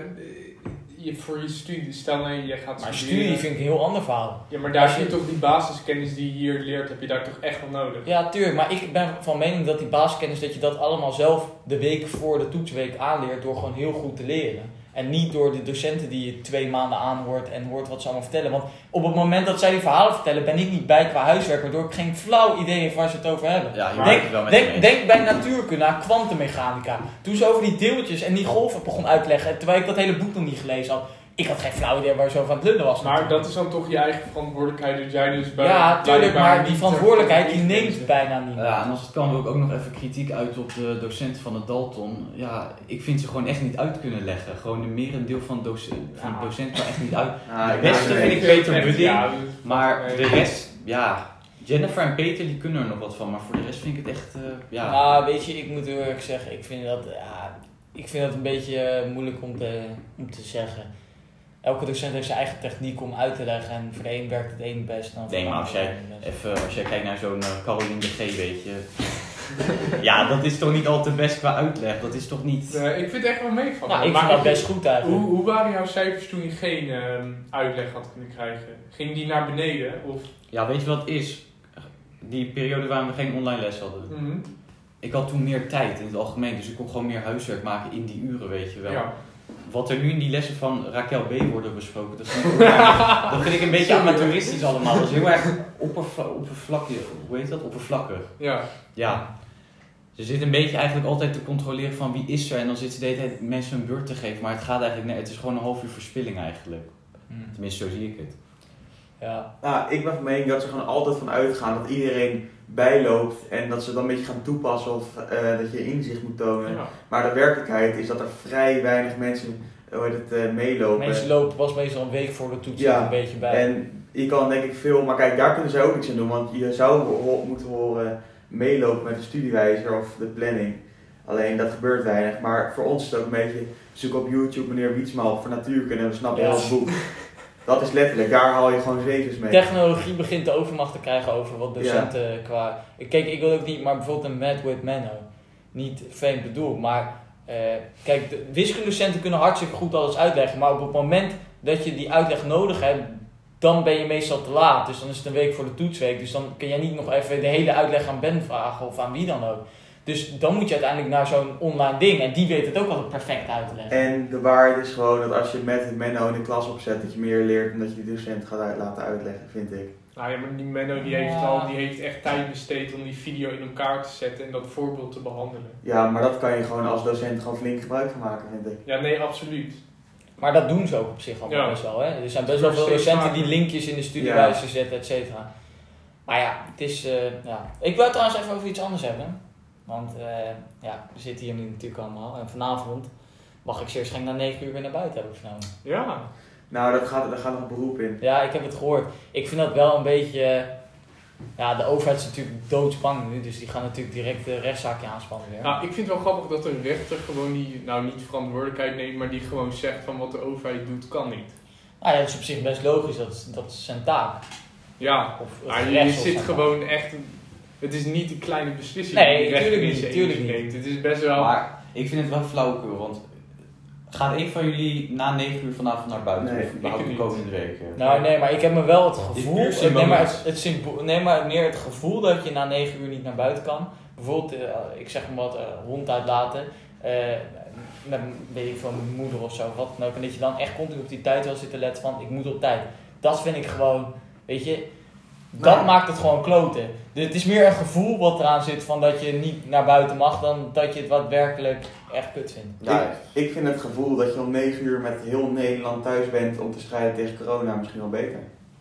[SPEAKER 3] voor je studie, stel nou je gaat
[SPEAKER 1] maar
[SPEAKER 3] studeren.
[SPEAKER 1] studie vind ik een heel ander verhaal.
[SPEAKER 3] Ja, maar daar heb je toch die basiskennis die je hier leert, heb je daar toch echt wel nodig?
[SPEAKER 1] Ja, tuurlijk, maar ik ben van mening dat die basiskennis, dat je dat allemaal zelf de week voor de toetsweek aanleert door gewoon heel goed te leren. En niet door de docenten die je 2 maanden aanhoort en hoort wat ze allemaal vertellen. Want op het moment dat zij die verhalen vertellen, ben ik niet bij qua huiswerk, waardoor ik geen flauw idee heb waar ze het over hebben.
[SPEAKER 4] Ja,
[SPEAKER 1] Denk bij natuurkunde aan kwantummechanica. Toen ze over die deeltjes en die golven begon uit te leggen, terwijl ik dat hele boek nog niet gelezen had. Ik had geen flauw idee waar ze over aan het lullen was.
[SPEAKER 3] Maar dat is dan toch je eigen verantwoordelijkheid, dat jij dus bij...
[SPEAKER 1] Ja, tuurlijk, maar die verantwoordelijkheid die neemt bijna niemand.
[SPEAKER 4] Ja, en als het kan wil ik ook nog even kritiek uit op de docenten van het Dalton. Ja, ik vind ze gewoon echt niet uit kunnen leggen. Gewoon een merendeel van de docent kan echt niet uit.
[SPEAKER 2] Ah,
[SPEAKER 4] De beste vind ik Peter Budding,
[SPEAKER 3] maar
[SPEAKER 4] de rest, Jennifer en Peter die kunnen er nog wat van, maar voor de rest vind ik het echt,
[SPEAKER 1] Nou, weet je, ik moet heel erg zeggen, ik vind dat een beetje moeilijk om te zeggen. Elke docent heeft zijn eigen techniek om uit te leggen en voor de een werkt het een best dan voor
[SPEAKER 4] Nee,
[SPEAKER 1] de
[SPEAKER 4] maar
[SPEAKER 1] ander.
[SPEAKER 4] als jij kijkt naar zo'n Caroline de G, weet je. Ja, dat is toch niet al te best qua uitleg, dat is toch niet...
[SPEAKER 3] ik vind het echt wel meevallen.
[SPEAKER 1] Nou, ik vind dat best goed eigenlijk.
[SPEAKER 3] Hoe waren jouw cijfers toen je geen uitleg had kunnen krijgen? Ging die naar beneden? Of?
[SPEAKER 4] Ja, weet je wat het is? Die periode waarin we geen online les hadden.
[SPEAKER 3] Mm-hmm.
[SPEAKER 4] Ik had toen meer tijd in het algemeen, dus ik kon gewoon meer huiswerk maken in die uren, weet je wel.
[SPEAKER 3] Ja.
[SPEAKER 4] Wat er nu in die lessen van Raquel B. worden besproken, dat vind ik een beetje amateuristisch allemaal. Dat is heel erg oppervlakkig. Hoe heet dat? Oppervlakkig. Ja. Ze zit een beetje eigenlijk altijd te controleren van wie is er en dan zit ze de hele tijd mensen een beurt te geven. Maar het gaat eigenlijk nee, het is gewoon een half uur verspilling eigenlijk. Tenminste, zo zie ik het.
[SPEAKER 1] Ja.
[SPEAKER 2] Nou, ik ben van mening dat ze gewoon altijd van uitgaan dat iedereen bijloopt en dat ze dan een beetje gaan toepassen of dat je inzicht moet tonen.
[SPEAKER 3] Ja.
[SPEAKER 2] Maar de werkelijkheid is dat er vrij weinig mensen meelopen.
[SPEAKER 1] Mensen lopen pas meestal een week voor de toets een beetje bij.
[SPEAKER 2] En je kan denk ik veel, maar kijk, daar kunnen ze ook iets aan doen, want je zou moeten horen meelopen met de studiewijzer of de planning. Alleen dat gebeurt weinig, maar voor ons is het ook een beetje, zoek op YouTube meneer Wietsma voor natuurkunde en we snappen heel het boek. Dat is letterlijk, daar haal je gewoon zevens mee.
[SPEAKER 1] Technologie begint de overmacht te krijgen over wat docenten qua... Kijk, ik wil ook niet, maar bijvoorbeeld een Mad with Menno. Niet vreemd bedoeld, maar... kijk, de wiskundedocenten kunnen hartstikke goed alles uitleggen, maar op het moment dat je die uitleg nodig hebt, dan ben je meestal te laat. Dus dan is het een week voor de toetsweek, dus dan kun jij niet nog even de hele uitleg aan Ben vragen of aan wie dan ook. Dus dan moet je uiteindelijk naar zo'n online ding en die weet het ook altijd perfect uit te leggen.
[SPEAKER 2] En de waarheid is gewoon dat als je met Menno in de klas opzet, dat je meer leert dan dat je de docent gaat laten uitleggen, vind ik.
[SPEAKER 3] Nou ja, maar die Menno die heeft echt tijd besteed om die video in elkaar te zetten en dat voorbeeld te behandelen.
[SPEAKER 2] Ja, maar dat kan je gewoon als docent gewoon flink gebruik van maken, vind ik.
[SPEAKER 3] Ja, nee, absoluut.
[SPEAKER 1] Maar dat doen ze ook op zich allemaal best wel. Hè? Er zijn best wel veel docenten die linkjes in de studiewijzer zetten, et cetera. Maar ja, het is... Ik wil het trouwens even over iets anders hebben. Want we zitten hier nu natuurlijk allemaal. En vanavond mag ik zeer waarschijnlijk na 9 uur weer naar buiten, hebben vernomen.
[SPEAKER 3] Ja.
[SPEAKER 2] Nou, daar gaat nog beroep in.
[SPEAKER 1] Ja, ik heb het gehoord. Ik vind dat wel een beetje... de overheid is natuurlijk doodsbang nu. Dus die gaan natuurlijk direct de rechtszaakje aanspannen weer.
[SPEAKER 3] Nou, ik vind het wel grappig dat een rechter gewoon die, niet verantwoordelijkheid neemt, maar die gewoon zegt van wat de overheid doet, kan niet.
[SPEAKER 1] Nou ja, dat is op zich best logisch. Dat is zijn taak.
[SPEAKER 3] Ja, maar je zit gewoon echt... Het is niet een kleine beslissing die de rechter in zijn eentje neemt. Het is best wel...
[SPEAKER 4] Maar ik vind het wel flauwekul, want Gaat een van jullie na 9 uur vanavond naar buiten?
[SPEAKER 2] Nee,
[SPEAKER 4] of überhaupt de komende week?
[SPEAKER 1] Nou nee, maar ik heb me wel het gevoel,
[SPEAKER 4] puur
[SPEAKER 1] meer het gevoel dat je na 9 uur niet naar buiten kan. Bijvoorbeeld, ik zeg maar wat, hond uitlaten, met weet ik van mijn moeder of zo, wat dan ook. En dat je dan echt continu op die tijd wil zitten letten van, ik moet op tijd. Dat vind ik gewoon, weet je, dat maakt het gewoon kloten. Dus het is meer een gevoel wat eraan zit van dat je niet naar buiten mag, dan dat je het wat werkelijk echt kut vindt.
[SPEAKER 2] Ja, ik vind het gevoel dat je om 9 uur met heel Nederland thuis bent om te strijden tegen corona misschien wel beter.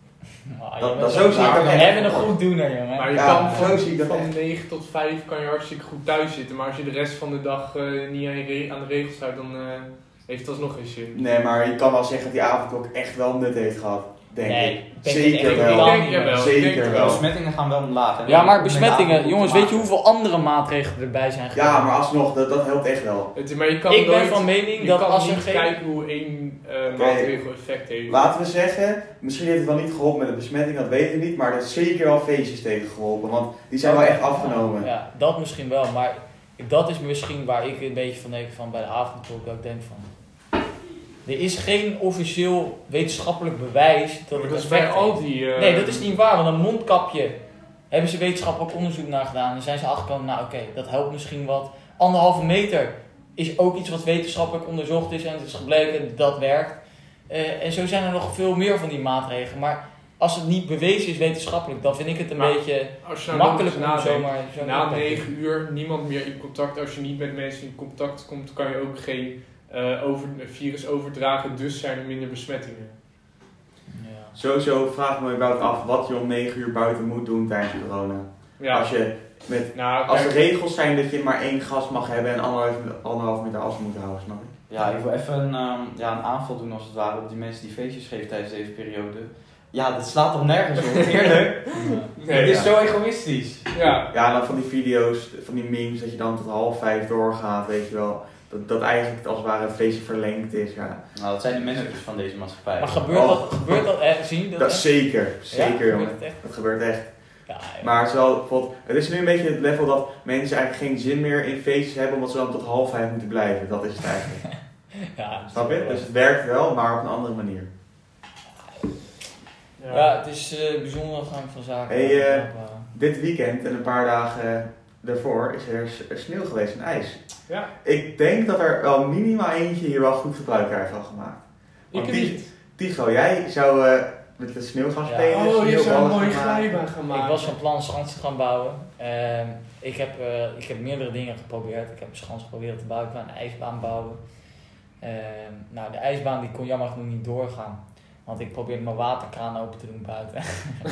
[SPEAKER 1] Zo zie ik het. We hebben een goed doener, jongen.
[SPEAKER 3] Maar je kan van 9 tot 5 kan je hartstikke goed thuis zitten, maar als je de rest van de dag niet aan de regels houdt, dan heeft dat nog geen zin.
[SPEAKER 2] Nee, maar je kan wel zeggen dat die avondklok echt wel nut heeft gehad. Denk ik.
[SPEAKER 1] Zeker
[SPEAKER 2] wel.
[SPEAKER 3] Zeker wel.
[SPEAKER 4] De besmettingen gaan wel omlaag. Hè?
[SPEAKER 1] Ja, maar besmettingen, jongens, weet je hoeveel andere maatregelen erbij zijn gekomen?
[SPEAKER 2] Ja, maar alsnog, dat helpt echt wel.
[SPEAKER 3] Maar je kan
[SPEAKER 1] ik ben van mening dat als je
[SPEAKER 3] kijken hoe één maatregel effect heeft.
[SPEAKER 2] Laten we zeggen, misschien heeft het wel niet geholpen met de besmetting, dat weten we niet, maar dat is zeker wel feestjes tegen geholpen, want die zijn wel echt afgenomen.
[SPEAKER 1] Ja, dat misschien wel, maar dat is misschien waar ik een beetje van denk van bij de avondklok, dat ik denk van... Er is geen officieel wetenschappelijk bewijs dat het effect heeft. Nee, dat is niet waar, want een mondkapje hebben ze wetenschappelijk onderzoek naar gedaan. En zijn ze achtergekomen, nou oké, dat helpt misschien wat. 1,5 meter is ook iets wat wetenschappelijk onderzocht is en het is gebleken dat werkt. En zo zijn er nog veel meer van die maatregelen. Maar als het niet bewezen is wetenschappelijk, dan vind ik het een beetje makkelijk om zomaar...
[SPEAKER 3] Na 9 uur niemand meer in contact. Als je niet met mensen in contact komt, kan je ook geen... virus overdragen, dus zijn er minder besmettingen.
[SPEAKER 1] Ja.
[SPEAKER 2] Sowieso vraag ik me überhaupt af wat je om 9 uur buiten moet doen tijdens corona.
[SPEAKER 3] Ja.
[SPEAKER 2] Als er regels zijn dat je maar 1 gast mag hebben en 1,5 meter afstand moet houden, snap je?
[SPEAKER 4] Ja, ik wil even een aanval doen als het ware op die mensen die feestjes geven tijdens deze periode. Ja, dat slaat toch nergens op, eerlijk? Het is zo egoïstisch.
[SPEAKER 2] Ja, dan van die video's, van die memes, dat je dan tot 4:30 doorgaat, weet je wel. Dat eigenlijk als het ware het feestje verlengd is, ja.
[SPEAKER 4] Nou, dat zijn de managers van deze maatschappij.
[SPEAKER 1] Maar gebeurt dat echt? Zie je dat?
[SPEAKER 2] Dat zeker, jongen. Dat gebeurt echt. Ja, maar het is wel, bijvoorbeeld, het is nu een beetje het level dat mensen eigenlijk geen zin meer in feestjes hebben, omdat ze dan tot 4:30 moeten blijven. Dat is het eigenlijk. Snap je? Dus het werkt wel, maar op een andere manier.
[SPEAKER 1] Ja, het is een bijzondere gang van zaken.
[SPEAKER 2] Dit weekend en een paar dagen daarvoor is er sneeuw geweest en ijs.
[SPEAKER 3] Ja.
[SPEAKER 2] Ik denk dat er wel minimaal eentje hier wel goed gebruik van gemaakt.
[SPEAKER 3] Ik niet.
[SPEAKER 2] Tigo, jij zou met de sneeuw gaan spelen.
[SPEAKER 3] Oh, je zou een mooie glijbaan gaan maken.
[SPEAKER 1] Ik was van plan schans te gaan bouwen. Ik heb meerdere dingen geprobeerd. Ik heb een schans geprobeerd te bouwen. Ik wou een ijsbaan bouwen. De ijsbaan die kon jammer genoeg niet doorgaan. Want ik probeerde mijn waterkraan open te doen buiten.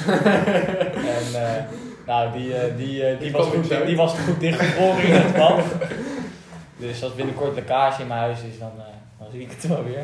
[SPEAKER 1] Die was goed dichtgevroren in het pand. Dus als binnenkort lekkage in mijn huis is, dan zie ik het wel weer.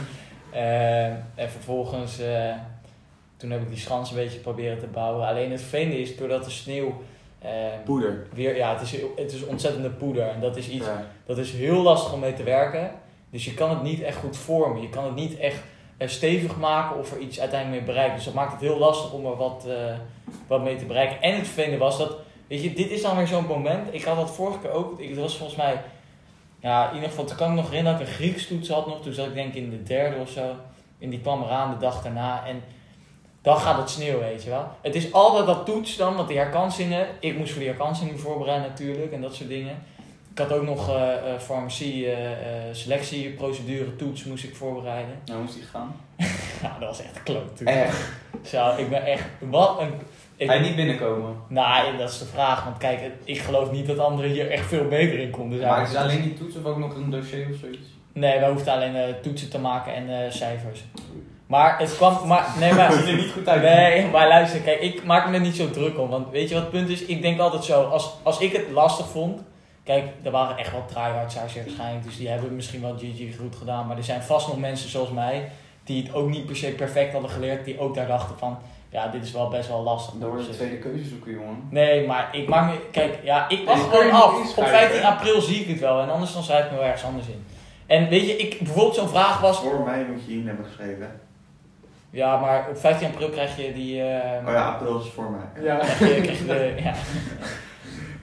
[SPEAKER 1] En vervolgens, toen heb ik die schans een beetje proberen te bouwen. Alleen het vervelende is, doordat de sneeuw...
[SPEAKER 2] poeder.
[SPEAKER 1] Het is ontzettende poeder. En dat is iets, dat is heel lastig om mee te werken. Dus je kan het niet echt goed vormen. Je kan het niet echt stevig maken of er iets uiteindelijk mee bereiken. Dus dat maakt het heel lastig om er wat mee te bereiken. En het vervelende was dat, weet je, dit is dan weer zo'n moment. Ik had dat vorige keer ook. Het was volgens mij, ja, in ieder geval, toen kan ik nog herinneren dat ik een Grieks toets had nog. Toen zat ik denk ik in de 3e of zo. En die kwam eraan de dag daarna. En dan gaat het sneeuwen, weet je wel. Het is altijd dat toets dan, want die herkansingen. Ik moest voor die herkansingen voorbereiden natuurlijk en dat soort dingen. Ik had ook nog farmacie, selectieprocedure toets moest ik voorbereiden.
[SPEAKER 4] Nou, moest die gaan?
[SPEAKER 1] Ja, dat was echt een kloot toets.
[SPEAKER 4] Echt?
[SPEAKER 1] Zo, ik ben echt,
[SPEAKER 4] Ga je niet binnenkomen?
[SPEAKER 1] Nou, dat is de vraag. Want kijk, ik geloof niet dat anderen hier echt veel beter in konden zijn.
[SPEAKER 4] Maar is het alleen die toets of ook nog een dossier of zoiets?
[SPEAKER 1] Nee, wij hoefden alleen toetsen te maken en cijfers. Maar het kwam... Het
[SPEAKER 4] ziet er niet goed uit.
[SPEAKER 1] Nee, maar luister, kijk, ik maak me er niet zo druk om. Want weet je wat het punt is? Ik denk altijd zo, als ik het lastig vond... Kijk, er waren echt wel tryhards waarschijnlijk. Dus die hebben misschien wel GG goed gedaan. Maar er zijn vast nog mensen zoals mij... die het ook niet per se perfect hadden geleerd. Die ook daar dachten van... Ja, dit is wel best wel lastig.
[SPEAKER 4] Dan wordt de tweede keuze zoeken, jongen.
[SPEAKER 1] Nee, maar ik maak me... Kijk, ja, ik wacht gewoon af. Op 15 april zie ik het wel. En anders dan schrijf ik me wel ergens anders in. En weet je, bijvoorbeeld zo'n vraag was...
[SPEAKER 2] Voor mij moet je in hebben geschreven.
[SPEAKER 1] Ja, maar op 15 april krijg je die...
[SPEAKER 2] Oh ja, april is voor mij.
[SPEAKER 1] Ja. Krijg je ja.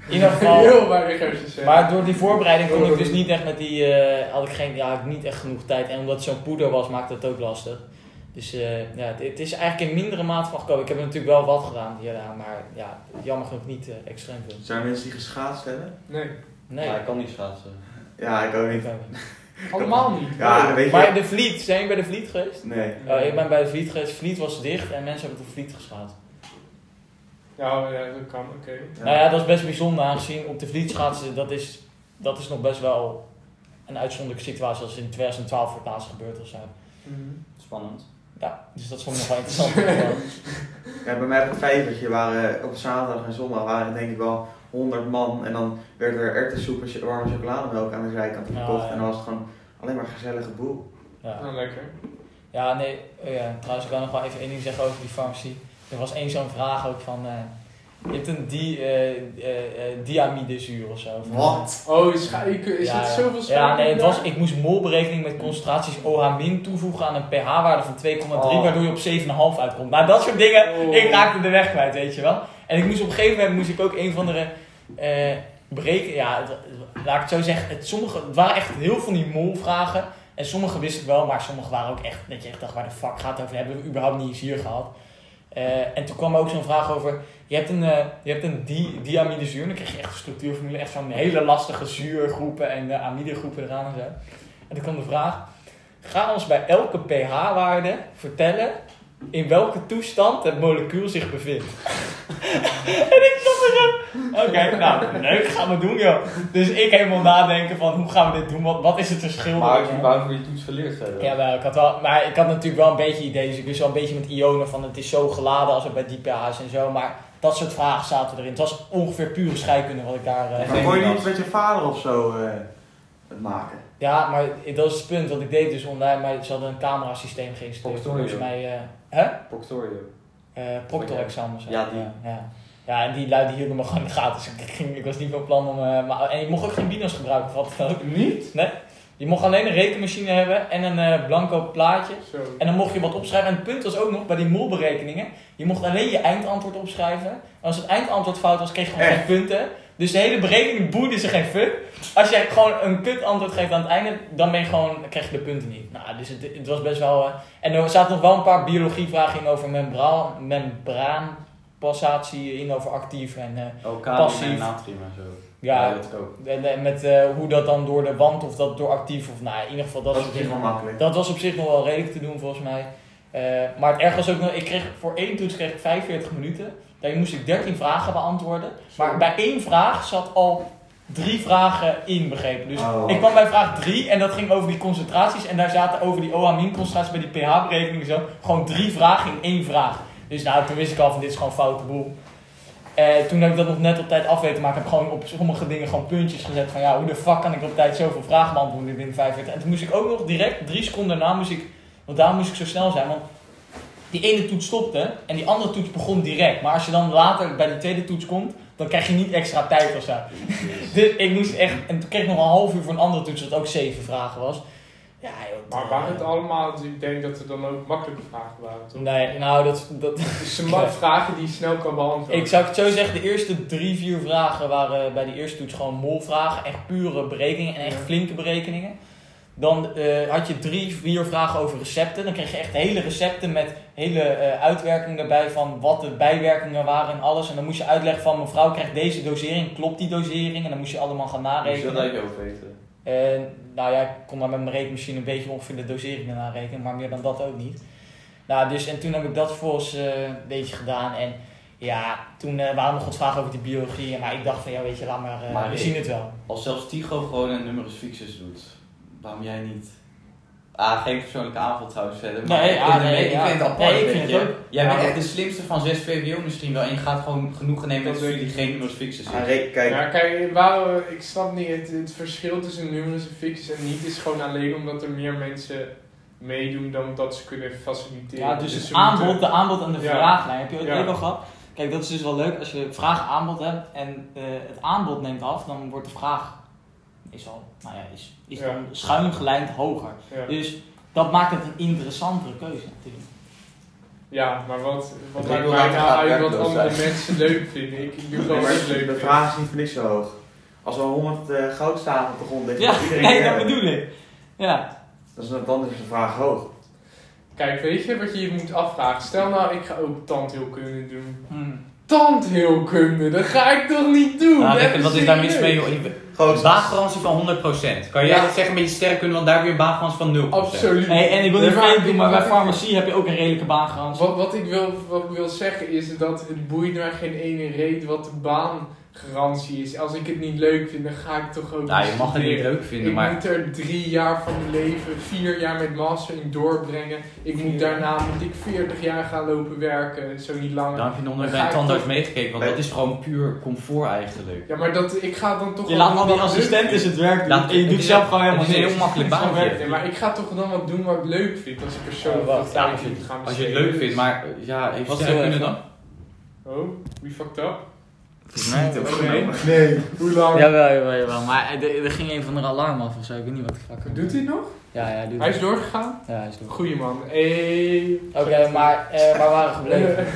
[SPEAKER 1] In ieder geval.
[SPEAKER 3] Heel weinig hersens.
[SPEAKER 1] Maar door die voorbereiding kon ik dus niet echt met die... had ik niet echt genoeg tijd. En omdat het zo'n poeder was, maakte het ook lastig. Dus het is eigenlijk in mindere mate van gekomen. Ik heb er natuurlijk wel wat gedaan hierna, maar ja, jammer genoeg niet extreem veel.
[SPEAKER 2] Zijn er mensen die geschaatst hebben?
[SPEAKER 3] Nee.
[SPEAKER 4] Ja, ik kan niet schaatsen.
[SPEAKER 2] Ja, ik ook niet.
[SPEAKER 3] Allemaal niet.
[SPEAKER 2] Ja, weet je...
[SPEAKER 1] Maar de Vliet, zijn jullie bij de Vliet geweest?
[SPEAKER 2] Nee.
[SPEAKER 1] Ik ben bij de Vliet geweest. Vliet was dicht en mensen hebben op de Vliet geschaatst.
[SPEAKER 3] Ja, dat kan, oké.
[SPEAKER 2] Ja.
[SPEAKER 1] Nou ja, dat is best bijzonder aangezien op de Vliet schaatsen, dat is nog best wel een uitzonderlijke situatie als in 2012 voor het laatst gebeurd of zo.
[SPEAKER 4] Spannend.
[SPEAKER 1] Ja, dus dat vond ik nog wel interessant.
[SPEAKER 2] Ja, bij mij op het vijvertje waren op zaterdag en zondag waren denk ik wel 100 man. En dan werd er erwtensoep en warme chocolademelk aan de zijkant verkocht.
[SPEAKER 1] Ja.
[SPEAKER 2] En dan was het gewoon alleen maar een gezellige boel.
[SPEAKER 1] Ja.
[SPEAKER 3] Nou, lekker.
[SPEAKER 1] Ja, nee, trouwens ik kan nog wel even één ding zeggen over die farmacie. Er was één zo'n vraag ook van, je hebt een diamidezuur of zo.
[SPEAKER 2] Wat?
[SPEAKER 3] Oh, is het zoveel schade?
[SPEAKER 1] Ja, nee, ik moest molberekening met concentraties OH- toevoegen aan een pH-waarde van 2,3, waardoor je op 7,5 uitkomt. Nou, dat soort dingen, ik raakte de weg kwijt, weet je wel. En ik moest op een gegeven moment ook een van de berekenen, laat ik het zo zeggen, het waren echt heel veel van die molvragen. En sommige wist ik wel, maar sommige waren ook echt, dat je echt dacht, waar de fuck gaat het over? Hebben we überhaupt niet eens hier gehad. En toen kwam er ook zo'n vraag over, je hebt een diamidezuur, dan krijg je echt een structuurformule, echt zo'n hele lastige zuurgroepen en amidegroepen eraan en zo. En toen kwam de vraag, ga ons bij elke pH-waarde vertellen in welke toestand het molecuul zich bevindt. En ik zat er zo, oké, nou leuk, gaan we doen joh. Dus ik helemaal nadenken van, hoe gaan we dit doen, wat is het verschil?
[SPEAKER 4] Maar had je überhaupt voor je toets geleerd verder?
[SPEAKER 1] Ja, wel, ik had natuurlijk wel een beetje idee, dus ik wist wel een beetje met ionen van het is zo geladen als het bij die pH's en zo, maar dat soort vragen zaten erin. Het was ongeveer pure scheikunde wat ik daar...
[SPEAKER 2] Maar kon je niet met je vader of zo het maken?
[SPEAKER 1] Ja, maar dat is het punt, want ik deed dus online, maar ze hadden een camerasysteem geïnstalleerd. Volgens mij...
[SPEAKER 4] Proctorio.
[SPEAKER 1] Proctor-examens.
[SPEAKER 4] Ja, die.
[SPEAKER 1] Ja, en die lui die hielden me gewoon in de gaten. Dus ik was niet van plan om... en je mocht ook geen binos gebruiken, of wat dan ook.
[SPEAKER 3] Niet?
[SPEAKER 1] Nee. Je mocht alleen een rekenmachine hebben en een blanco plaatje.
[SPEAKER 3] Zo.
[SPEAKER 1] En dan mocht je wat opschrijven. En het punt was ook nog, bij die molberekeningen, je mocht alleen je eindantwoord opschrijven. En als het eindantwoord fout was, kreeg je gewoon geen punten. Dus de hele berekening boeide ze geen fuck. Als jij gewoon een kut antwoord geeft aan het einde, dan krijg je de punten niet. Nou, dus het was best wel... en er zaten nog wel een paar biologievragen in over membraanpassatie, in over actief en passief.
[SPEAKER 4] En natrium en zo.
[SPEAKER 1] Ja,
[SPEAKER 4] dat ook.
[SPEAKER 1] En met hoe dat dan door de wand of dat door actief of in ieder geval
[SPEAKER 2] Dat is op zich wel makkelijk.
[SPEAKER 1] Dat was op zich nog wel redelijk te doen volgens mij. Maar het erg was ook nog, voor één toets kreeg ik 45 minuten. Daar moest ik 13 vragen beantwoorden. Maar bij één vraag zat al 3 vragen inbegrepen. Dus ik kwam bij vraag 3 en dat ging over die concentraties. En daar zaten over die OH-concentraties bij die pH-berekening en zo. Gewoon 3 vragen in één vraag. Dus nou, toen wist ik al van dit is gewoon foute boel. Toen heb ik dat nog net op tijd af weten maken. Ik heb gewoon op sommige dingen gewoon puntjes gezet van ja, hoe de fuck kan ik op tijd zoveel vragen beantwoorden binnen 45. En toen moest ik ook nog direct 3 seconden daarna want daarom moest ik zo snel zijn. Want die ene toets stopte en die andere toets begon direct. Maar als je dan later bij de tweede toets komt, dan krijg je niet extra tijd of zo. Dus ik moest echt, en toen kreeg ik nog een half uur voor een andere toets, wat ook 7 vragen was. Ja, joh,
[SPEAKER 3] maar waren het allemaal, ik denk dat er dan ook makkelijke vragen waren, toch?
[SPEAKER 1] Nee, nou dat
[SPEAKER 3] Dus vragen die je snel kan beantwoorden.
[SPEAKER 1] Ik zou het zo zeggen, de eerste 3-4 vragen waren bij de eerste toets gewoon molvragen. Echt pure berekeningen en echt flinke berekeningen. Dan had je 3-4 vragen over recepten. Dan kreeg je echt hele recepten met hele uitwerkingen erbij van wat de bijwerkingen waren en alles. En dan moest je uitleggen van mevrouw krijgt deze dosering, klopt die dosering? En dan moest je allemaal gaan narekenen.
[SPEAKER 4] Moest je dat even overweten?
[SPEAKER 1] Nou ja, ik kon maar met mijn rekenmachine een beetje ongeveer de doseringen narekenen, maar meer dan dat ook niet. Nou, dus en toen heb ik dat volgens een beetje gedaan. En ja, toen waren er nog wat vragen over die biologie. Maar ik dacht van ja, weet je, laat maar we zien het wel.
[SPEAKER 4] Als zelfs Tycho gewoon een numerus fixus doet, waarom jij niet? Geen persoonlijke aanval trouwens verder. Maar ik vind het apart.
[SPEAKER 1] Nee, ik vind het ook.
[SPEAKER 4] Jij bent echt de slimste van 6 VWO misschien wel. En je gaat gewoon genoegen nemen met studie die geen numerus fixus is.
[SPEAKER 3] Ik snap niet, het verschil tussen numerus en fixus en niet is gewoon alleen omdat er meer mensen meedoen dan dat ze kunnen faciliteren.
[SPEAKER 1] Ja, dus het aanbod, de aanbod en de vraaglijn. Heb je het eerder gehad? Kijk, dat is dus wel leuk als je vraag-aanbod hebt en het aanbod neemt af, dan wordt de vraag is dan schuin gelijnd hoger. Ja. Dus dat maakt het een interessantere keuze natuurlijk.
[SPEAKER 3] Ja, maar wat
[SPEAKER 2] Ik
[SPEAKER 3] maakt
[SPEAKER 2] wil
[SPEAKER 3] mij
[SPEAKER 2] laten
[SPEAKER 3] nou
[SPEAKER 2] gaan
[SPEAKER 3] uit wat
[SPEAKER 2] werkloos
[SPEAKER 3] andere
[SPEAKER 2] zijn.
[SPEAKER 3] mensen leuk vinden? Ik doe gewoon wat ik leuk
[SPEAKER 2] De
[SPEAKER 3] vind.
[SPEAKER 2] vraag is niet voor niks zo hoog. Als er 100 goudstaven op de grond liggen,
[SPEAKER 1] Ja,
[SPEAKER 2] moet iedereen
[SPEAKER 1] nee,
[SPEAKER 2] die
[SPEAKER 1] dat
[SPEAKER 2] hebben.
[SPEAKER 1] bedoel ik. Ja.
[SPEAKER 2] Dan is de vraag hoog.
[SPEAKER 3] Kijk, weet je wat je je moet afvragen? Stel nou, ik ga ook tandheelkunde doen.
[SPEAKER 1] Hm.
[SPEAKER 3] Tandheelkunde, dat ga ik toch niet doen?
[SPEAKER 4] Nou,
[SPEAKER 3] Even
[SPEAKER 4] wat is daar mis
[SPEAKER 3] serieus.
[SPEAKER 4] mee, joh?
[SPEAKER 2] Groot.
[SPEAKER 4] Baangarantie van 100%. Kan jij
[SPEAKER 3] Ja.
[SPEAKER 4] dat zeggen met je sterrenkunde, want daar heb je een baangarantie van 0%.
[SPEAKER 3] Absoluut.
[SPEAKER 1] Hey, en ik wil niet
[SPEAKER 3] Nee, maar
[SPEAKER 1] vreemd doen,
[SPEAKER 3] ik-
[SPEAKER 1] maar bij
[SPEAKER 3] wat ik-
[SPEAKER 1] farmacie heb je ook een redelijke baangarantie.
[SPEAKER 3] Wat ik wil zeggen is dat het boeit mij geen ene reet wat de baangarantie is. Als ik het niet leuk vind, dan ga ik toch ook
[SPEAKER 4] Nou,
[SPEAKER 3] niet
[SPEAKER 4] je mag het niet
[SPEAKER 3] studeren.
[SPEAKER 4] leuk vinden,
[SPEAKER 3] Ik
[SPEAKER 4] maar...
[SPEAKER 3] moet er 3 jaar van mijn leven, 4 jaar met master in doorbrengen. Daarna moet ik 40 jaar gaan lopen werken, zo niet langer.
[SPEAKER 4] Dan heb je nog nooit
[SPEAKER 3] Dan
[SPEAKER 4] bij
[SPEAKER 3] ga
[SPEAKER 4] een
[SPEAKER 3] ik
[SPEAKER 4] tandarts
[SPEAKER 3] toch-
[SPEAKER 4] meegekeken, want dat is gewoon puur comfort eigenlijk.
[SPEAKER 3] Ja, maar ik ga dan toch
[SPEAKER 1] Je
[SPEAKER 3] wel
[SPEAKER 1] laat al die
[SPEAKER 3] wat leuk
[SPEAKER 1] assistenten
[SPEAKER 3] vinden.
[SPEAKER 1] het werk doen
[SPEAKER 4] Laat-
[SPEAKER 1] en je
[SPEAKER 4] het
[SPEAKER 1] doet
[SPEAKER 4] is-
[SPEAKER 1] zelf gewoon helemaal
[SPEAKER 4] het is een
[SPEAKER 1] niks.
[SPEAKER 4] heel makkelijk
[SPEAKER 3] Zo
[SPEAKER 4] baantje.
[SPEAKER 3] werkt het. Maar ik ga toch dan wat doen wat ik leuk vind, als ik er zo
[SPEAKER 1] Oh,
[SPEAKER 3] veel
[SPEAKER 1] wacht.
[SPEAKER 3] tijd
[SPEAKER 4] als je-
[SPEAKER 3] in moet gaan
[SPEAKER 4] Als je het
[SPEAKER 3] besteden.
[SPEAKER 4] leuk vindt, maar ja, even
[SPEAKER 1] Wat
[SPEAKER 4] sterrenkunde
[SPEAKER 1] wil je
[SPEAKER 4] dan?
[SPEAKER 3] Oh, wie fucked up?
[SPEAKER 2] Niet
[SPEAKER 3] Oké.
[SPEAKER 2] opgenomen. Nee.
[SPEAKER 3] Hoe lang?
[SPEAKER 1] Jawel. Maar er ging een van de alarm af of zo, ik weet niet wat de fuck.
[SPEAKER 3] Doet hij nog?
[SPEAKER 1] Ja, doet
[SPEAKER 3] Hij is doorgegaan?
[SPEAKER 1] Ja, hij is door.
[SPEAKER 3] Goeie man. Hey.
[SPEAKER 1] Oké, maar waar waren we gebleven?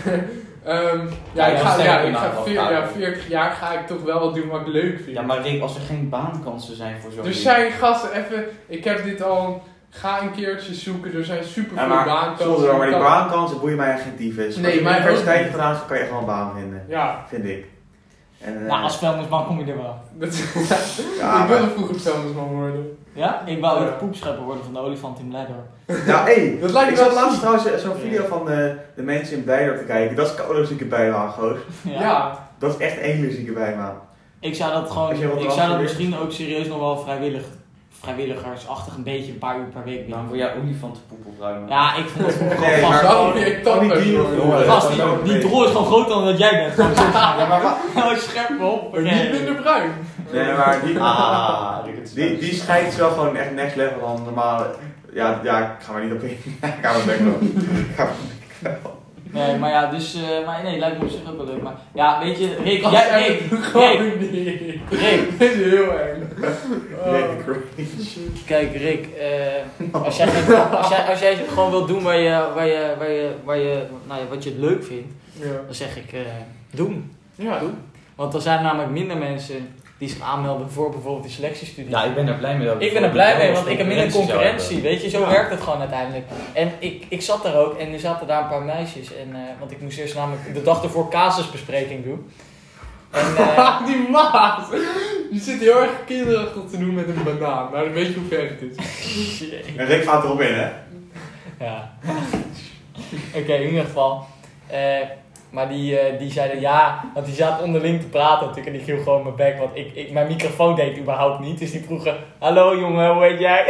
[SPEAKER 3] Ja, ik
[SPEAKER 4] Ja,
[SPEAKER 3] ga
[SPEAKER 4] sterrenkunde aanval.
[SPEAKER 3] 40 jaar ga ik toch wel wat doen wat ik leuk vind.
[SPEAKER 4] Ja, maar Rick, als er geen baankansen zijn voor zo'n
[SPEAKER 3] Er
[SPEAKER 4] ding-
[SPEAKER 3] zijn gasten, even, ik heb dit al, ga een keertje zoeken, er zijn super
[SPEAKER 2] Ja,
[SPEAKER 3] veel
[SPEAKER 2] maar
[SPEAKER 3] baankansen.
[SPEAKER 2] zonder maar die
[SPEAKER 3] Kan-
[SPEAKER 2] baankansen boeien mij echt geen tyfus.
[SPEAKER 3] Nee,
[SPEAKER 2] Als je
[SPEAKER 3] maar
[SPEAKER 2] universiteit
[SPEAKER 3] ook-
[SPEAKER 2] gedaan hebt, kan je echt wel een baan vinden.
[SPEAKER 3] Ja,
[SPEAKER 2] Vind ik. En,
[SPEAKER 1] Nou, als vuilnisman kom je er wel.
[SPEAKER 3] dat,
[SPEAKER 2] ja,
[SPEAKER 3] ik wilde vroeger vuilnisman worden.
[SPEAKER 1] Ja? Ik wou
[SPEAKER 3] Ja.
[SPEAKER 1] de poepschepper worden van de olifant in Blijdorp.
[SPEAKER 2] Nou, hé.
[SPEAKER 3] Dat lijkt
[SPEAKER 2] Ik
[SPEAKER 3] me
[SPEAKER 2] zat
[SPEAKER 3] wel
[SPEAKER 2] laatst
[SPEAKER 3] ziek.
[SPEAKER 2] trouwens zo'n video van de mensen in Blijdorp te kijken. Dat is koude zieke bijlaag, goos.
[SPEAKER 3] Ja.
[SPEAKER 2] Dat is echt een hele zieke bijbaan.
[SPEAKER 1] Ik zou dat gewoon,
[SPEAKER 2] Als je wat
[SPEAKER 1] ik zou dat
[SPEAKER 2] afstudeert.
[SPEAKER 1] misschien ook serieus nog wel vrijwilligersachtig een beetje een paar uur per week
[SPEAKER 4] Dan
[SPEAKER 1] willen.
[SPEAKER 4] wil jij olifantenpoep opruimen.
[SPEAKER 1] Ja, ik vond het vroeger
[SPEAKER 2] Nee,
[SPEAKER 1] gewoon
[SPEAKER 2] maar
[SPEAKER 1] vast.
[SPEAKER 3] Dan ben ik tandarts worden.
[SPEAKER 1] Gast,
[SPEAKER 2] dat is ook
[SPEAKER 1] die
[SPEAKER 2] een
[SPEAKER 1] drol is gewoon groter dan dat jij bent.
[SPEAKER 2] Ja, maar wat?
[SPEAKER 1] Oh, scherp me op.
[SPEAKER 3] Maar niet minder bruin.
[SPEAKER 2] Nee, maar die
[SPEAKER 4] die
[SPEAKER 2] scheidt is wel gewoon echt next level dan normaal. Ja, ik ga maar niet op in. Ik ga maar weg wel.
[SPEAKER 1] Nee, maar ja, dus, maar nee, lijkt me op zich ook wel leuk. Maar ja, weet je, Rick,
[SPEAKER 3] Gast,
[SPEAKER 1] jij,
[SPEAKER 3] echt,
[SPEAKER 1] Rick,
[SPEAKER 3] gewoon niet.
[SPEAKER 1] Rick,
[SPEAKER 3] Dit is heel eng. Oh.
[SPEAKER 2] Nee, cringe.
[SPEAKER 1] kijk Rick, als jij gewoon wilt doen nou ja, wat je het leuk vindt,
[SPEAKER 3] Ja.
[SPEAKER 1] dan zeg ik doen.
[SPEAKER 3] Ja.
[SPEAKER 1] Want er zijn namelijk minder mensen die zich aanmelden voor bijvoorbeeld die selectiestudie.
[SPEAKER 4] Ja, ik ben er blij mee. dat
[SPEAKER 1] Ik ben er blij mee, want ik heb minder
[SPEAKER 4] zou
[SPEAKER 1] concurrentie,
[SPEAKER 4] hebben.
[SPEAKER 1] weet je, zo
[SPEAKER 3] Ja.
[SPEAKER 1] werkt het gewoon uiteindelijk. En ik zat daar ook en er zaten daar een paar meisjes, en, want ik moest eerst namelijk de dag ervoor casusbespreking doen. En,
[SPEAKER 3] Die maat! Die zit heel erg kinderachtig te doen met een banaan, maar dan weet je hoe ver het is.
[SPEAKER 2] En Rick gaat erop in, hè?
[SPEAKER 1] Ja. Oké, in ieder geval. Maar die zeiden ja, want die zaten onderling te praten natuurlijk en die viel gewoon mijn bek, want mijn microfoon deed überhaupt niet. Dus die vroegen, hallo jongen, hoe heet jij?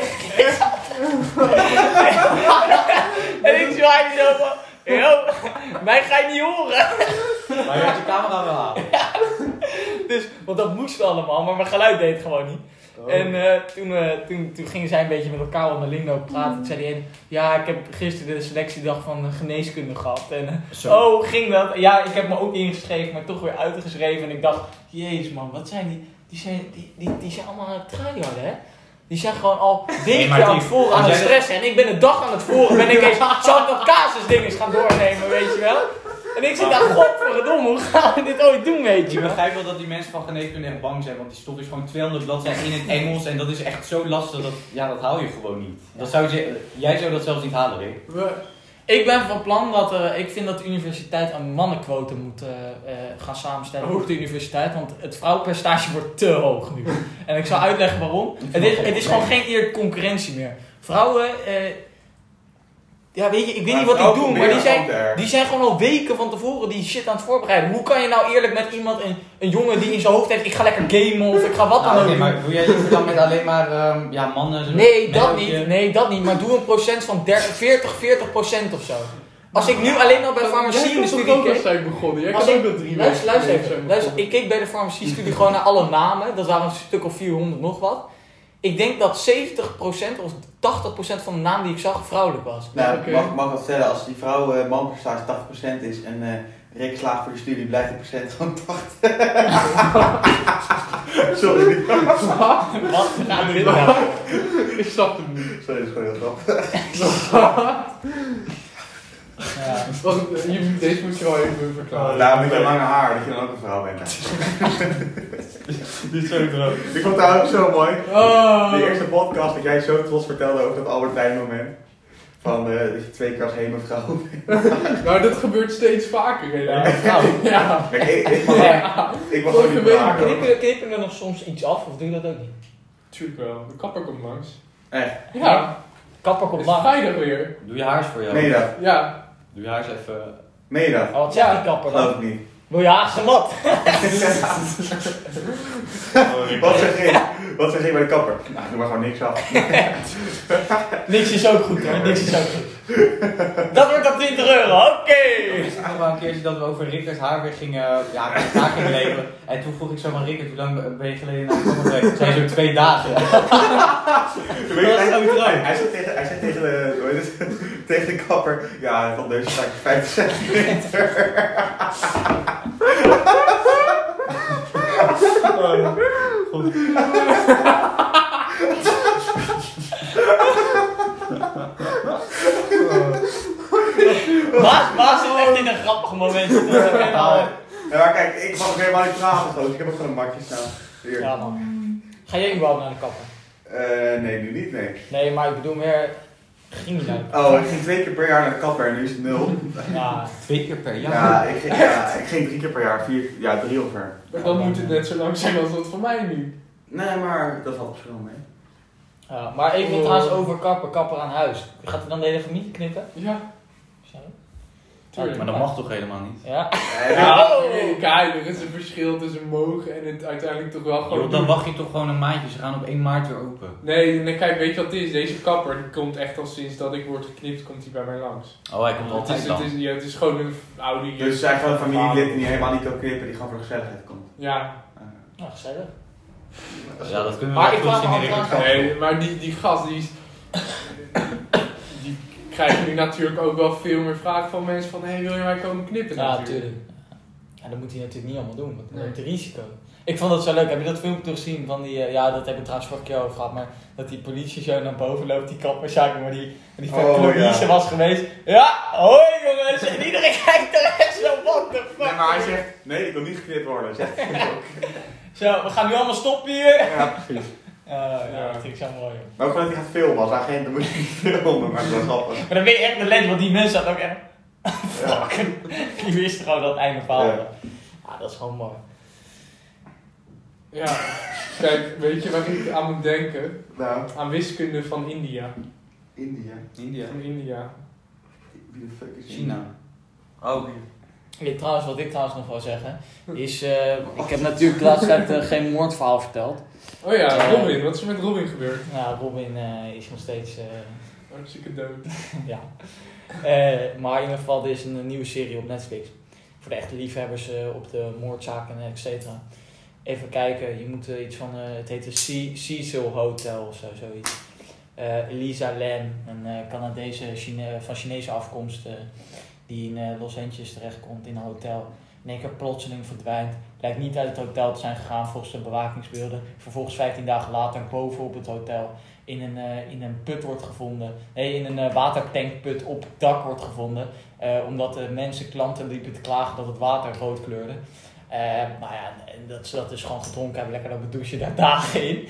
[SPEAKER 1] En ik zwaaide zo van, yo, mij ga je niet horen.
[SPEAKER 4] Maar je had je camera wel aan.
[SPEAKER 1] Dus, want dat moest allemaal, maar mijn geluid deed het gewoon niet. En toen gingen zij een beetje met elkaar onderling lopen praten. Toen zei die ene, ja, ik heb gisteren de selectiedag van geneeskunde gehad. En
[SPEAKER 4] Zo.
[SPEAKER 1] oh, hoe ging dat? Ja, ik heb me ook ingeschreven, maar toch weer uitgeschreven. En ik dacht, jezus man, wat zijn die? Die zijn allemaal aan het tryharden, hè? Die zijn gewoon al weken
[SPEAKER 4] maar
[SPEAKER 1] aan het voren aan
[SPEAKER 4] als
[SPEAKER 1] het
[SPEAKER 4] jij
[SPEAKER 1] stressen. En ik ben een dag aan het voren. Ben ik eens, zal ik dat casusding eens gaan doornemen, weet je wel? En ik zit daar, godverdomme, hoe gaan we dit ooit doen, weet je
[SPEAKER 4] Je
[SPEAKER 1] wel?
[SPEAKER 4] begrijpt wel dat die mensen van geneeskunde echt bang zijn, want die stof is gewoon 200 bladzijden in het Engels en dat is echt zo lastig, dat haal je gewoon niet. Jij zou dat zelfs niet halen, Rick.
[SPEAKER 1] Ik ben van plan dat ik vind dat de universiteit een mannenquotum moet gaan samenstellen.
[SPEAKER 3] Oh.
[SPEAKER 1] Ook de universiteit, want het vrouwenpercentage wordt te hoog nu. En ik zal uitleggen waarom. Het is gewoon geen eerlijke concurrentie meer. Vrouwen, ja weet je, ik weet niet wat die doen, maar die zijn gewoon al weken van tevoren die shit aan het voorbereiden. Hoe kan je nou eerlijk met iemand, een jongen die in zijn hoofd heeft, ik ga lekker gamen of ik ga wat dan ook doen.
[SPEAKER 4] maar wil jij liever dan met alleen maar mannen?
[SPEAKER 1] Nee, dat niet. Maar doe een procent van 40% of zo. Als ik nu alleen al bij farmacie in de studie
[SPEAKER 3] keek.
[SPEAKER 1] keek.
[SPEAKER 3] Zijn begonnen. Jij
[SPEAKER 1] Als
[SPEAKER 3] kan
[SPEAKER 1] ik-
[SPEAKER 3] ook wel 3
[SPEAKER 1] Luister
[SPEAKER 3] weken
[SPEAKER 1] even.
[SPEAKER 3] zijn
[SPEAKER 1] Luister,
[SPEAKER 3] begonnen.
[SPEAKER 1] ik keek bij de farmacie-studie gewoon naar alle namen. Dat waren een stuk of 400 nog wat. Ik denk dat 70% of 80% van de namen die ik zag vrouwelijk was.
[SPEAKER 2] Nou,
[SPEAKER 3] Oké.
[SPEAKER 2] mag ik wat vertellen? Als die vrouw manpercentage 80% is en Rick slaagt voor de studie, blijft de procent gewoon 80. Sorry.
[SPEAKER 1] Wat gaan we dit nou?
[SPEAKER 3] Ik snap hem niet.
[SPEAKER 2] Sorry, dat is gewoon heel grappig.
[SPEAKER 3] Deze moet je wel even verklaren.
[SPEAKER 2] Nou, met je lange haar, dat je dan ook een vrouw bent.
[SPEAKER 1] Die is zo droog.
[SPEAKER 2] Ik vond het ook zo mooi.
[SPEAKER 3] Oh.
[SPEAKER 2] De eerste podcast dat jij zo trots vertelde over dat Albert Heijn moment. Van dat je 2 keer als hemelvrouw bent.
[SPEAKER 3] Nou, dat gebeurt steeds vaker helaas. Ja.
[SPEAKER 2] Kijk, ik mag ook niet praten.
[SPEAKER 1] Knippen er nog soms iets af of doe je dat ook niet?
[SPEAKER 3] Tuurlijk wel. De kapper komt langs.
[SPEAKER 2] Echt?
[SPEAKER 3] Ja.
[SPEAKER 1] Kapper komt
[SPEAKER 3] Is
[SPEAKER 1] langs.
[SPEAKER 3] vrijdag weer.
[SPEAKER 4] Doe je haar eens voor jou.
[SPEAKER 2] Meen je dat?
[SPEAKER 3] Ja.
[SPEAKER 4] Doe je haar eens even...
[SPEAKER 2] Meen je dat?
[SPEAKER 1] Oh, wat zegt die kapper
[SPEAKER 2] Geloof
[SPEAKER 1] dan?
[SPEAKER 2] ik niet.
[SPEAKER 1] Wil je Haagse mat?
[SPEAKER 2] Wat zeg je bij de kapper? Nou, doe maar gewoon niks af.
[SPEAKER 1] Niks is ook goed hoor, niks is ook goed. Dat wordt dan €20, oké!
[SPEAKER 4] Ik zag nog wel een keertje dat we over Rickers haar weer gingen, haar gingen leveren. En toen vroeg ik zo van Rickert, hoe lang ben je geleden naar de kapper geweest? Toen zei zo 2 dagen.
[SPEAKER 2] Hij zei tegen tegen de kapper, ja, van deze sta ik 50 centimeter.
[SPEAKER 4] Goed.
[SPEAKER 1] Maas zit echt in een grappig moment.
[SPEAKER 2] Ja, maar kijk, ik mag ook helemaal niet praten, groot. Ik heb ook gewoon een bakje staan. Hier.
[SPEAKER 1] Ja man. Ga jij überhaupt naar de kapper?
[SPEAKER 2] Nee, nu niet, nee.
[SPEAKER 1] Nee, maar ik bedoel meer... Ging je naar de kapper?
[SPEAKER 2] Oh, ik ging 2 keer per jaar naar de kapper en nu is het 0.
[SPEAKER 1] Ja.
[SPEAKER 4] 2 keer per jaar?
[SPEAKER 2] Ja, ik ging 3 keer per jaar, 3 ongeveer.
[SPEAKER 3] Maar dan moet het net zo lang zijn als dat voor mij nu.
[SPEAKER 2] Nee, maar dat valt op zich wel mee.
[SPEAKER 1] Ja, maar even trouwens over kapper aan huis. Gaat hij dan de hele familie knippen?
[SPEAKER 3] Ja.
[SPEAKER 1] Zo.
[SPEAKER 3] Tuurlijk.
[SPEAKER 4] Maar dat mag toch helemaal niet?
[SPEAKER 1] Ja.
[SPEAKER 3] Nee, kijk, er is een verschil tussen mogen en het uiteindelijk toch wel gewoon
[SPEAKER 4] Joh, dan
[SPEAKER 3] doen.
[SPEAKER 4] wacht je toch gewoon een maandje, ze gaan op 1 maart weer open.
[SPEAKER 3] Nee, kijk, weet je wat het is? Deze kapper die komt echt al sinds dat ik word geknipt, komt hij bij mij langs.
[SPEAKER 4] Oh, hij komt
[SPEAKER 3] Het
[SPEAKER 4] altijd
[SPEAKER 3] is,
[SPEAKER 4] dan.
[SPEAKER 3] het is gewoon een oude...
[SPEAKER 2] Dus het is eigenlijk een familielid die helemaal niet kan knippen, die gewoon voor de gezelligheid komt.
[SPEAKER 3] Ja.
[SPEAKER 1] Nou, gezellig.
[SPEAKER 4] Ja, dat kunnen we
[SPEAKER 1] Maar
[SPEAKER 4] wel
[SPEAKER 1] ik vraag
[SPEAKER 4] terugzien
[SPEAKER 1] me
[SPEAKER 4] in
[SPEAKER 1] af-
[SPEAKER 4] Rickert.
[SPEAKER 3] Nee, maar die gast, die krijgt nu natuurlijk ook wel veel meer vragen van mensen van, hey, wil je mij komen knippen
[SPEAKER 1] Ja,
[SPEAKER 3] natuurlijk.
[SPEAKER 1] natuurlijk. Ja, dat moet hij natuurlijk niet allemaal doen, want dan
[SPEAKER 3] Nee.
[SPEAKER 1] neemt hij risico. Ik vond dat zo leuk. Heb je dat filmpje teruggezien van die, ja, dat heb ik trouwens vorige keer over gehad, maar dat die politie zo naar boven loopt, die kapperszaak, maar die Louise was geweest. Ja, hoi jongens! En iedereen kijkt er echt zo, what the fuck?
[SPEAKER 2] Nee, maar hij zegt, nee, ik wil niet geknipt worden, zegt hij ook.
[SPEAKER 1] Zo, we gaan nu allemaal stoppen hier.
[SPEAKER 2] Ja, precies.
[SPEAKER 1] Ja, dat vind ik zo mooi. Joh.
[SPEAKER 2] Maar ook gewoon dat hij gaat filmen, als agent, dan moet je niet filmen, maar dat is wel grappig.
[SPEAKER 1] Maar dan ben je echt de legend, want die mensen hadden ook echt...
[SPEAKER 2] Ja.
[SPEAKER 1] Die wisten gewoon dat het einde verhaal was.
[SPEAKER 2] Ja.
[SPEAKER 1] Ja, dat is gewoon mooi.
[SPEAKER 3] Ja, kijk, weet je waar ik aan moet denken?
[SPEAKER 2] Nou,
[SPEAKER 3] Aan wiskunde van India.
[SPEAKER 2] India.
[SPEAKER 4] India.
[SPEAKER 3] Van India.
[SPEAKER 2] Wie de fuck is
[SPEAKER 4] China. Oh,
[SPEAKER 1] Trouwens, wat ik trouwens nog wil zeggen, is... ik heb natuurlijk de laatste tijd geen moordverhaal verteld.
[SPEAKER 3] Oh ja, Robin. Wat is er met Robin gebeurd?
[SPEAKER 1] Nou, Robin is nog steeds...
[SPEAKER 3] Hartstikke dood.
[SPEAKER 1] ja. Maar in ieder geval, er is een nieuwe serie op Netflix. Voor de echte liefhebbers op de moordzaken en et cetera. Even kijken, je moet iets van... het heet de Cecil Hotel of zo, zoiets. Elisa Lam, een Canadese van Chinese afkomst... die in Los Angeles terechtkomt in een hotel. In één keer plotseling verdwijnt. Lijkt niet uit het hotel te zijn gegaan volgens de bewakingsbeelden. Vervolgens 15 dagen later bovenop het hotel in een put wordt gevonden. Nee, in een watertankput op het dak wordt gevonden. Omdat de klanten liepen te klagen dat het water rood kleurde. Nou ja, dat ze dat dus gewoon gedronken hebben. Lekker dat bedouchen daar dagen in.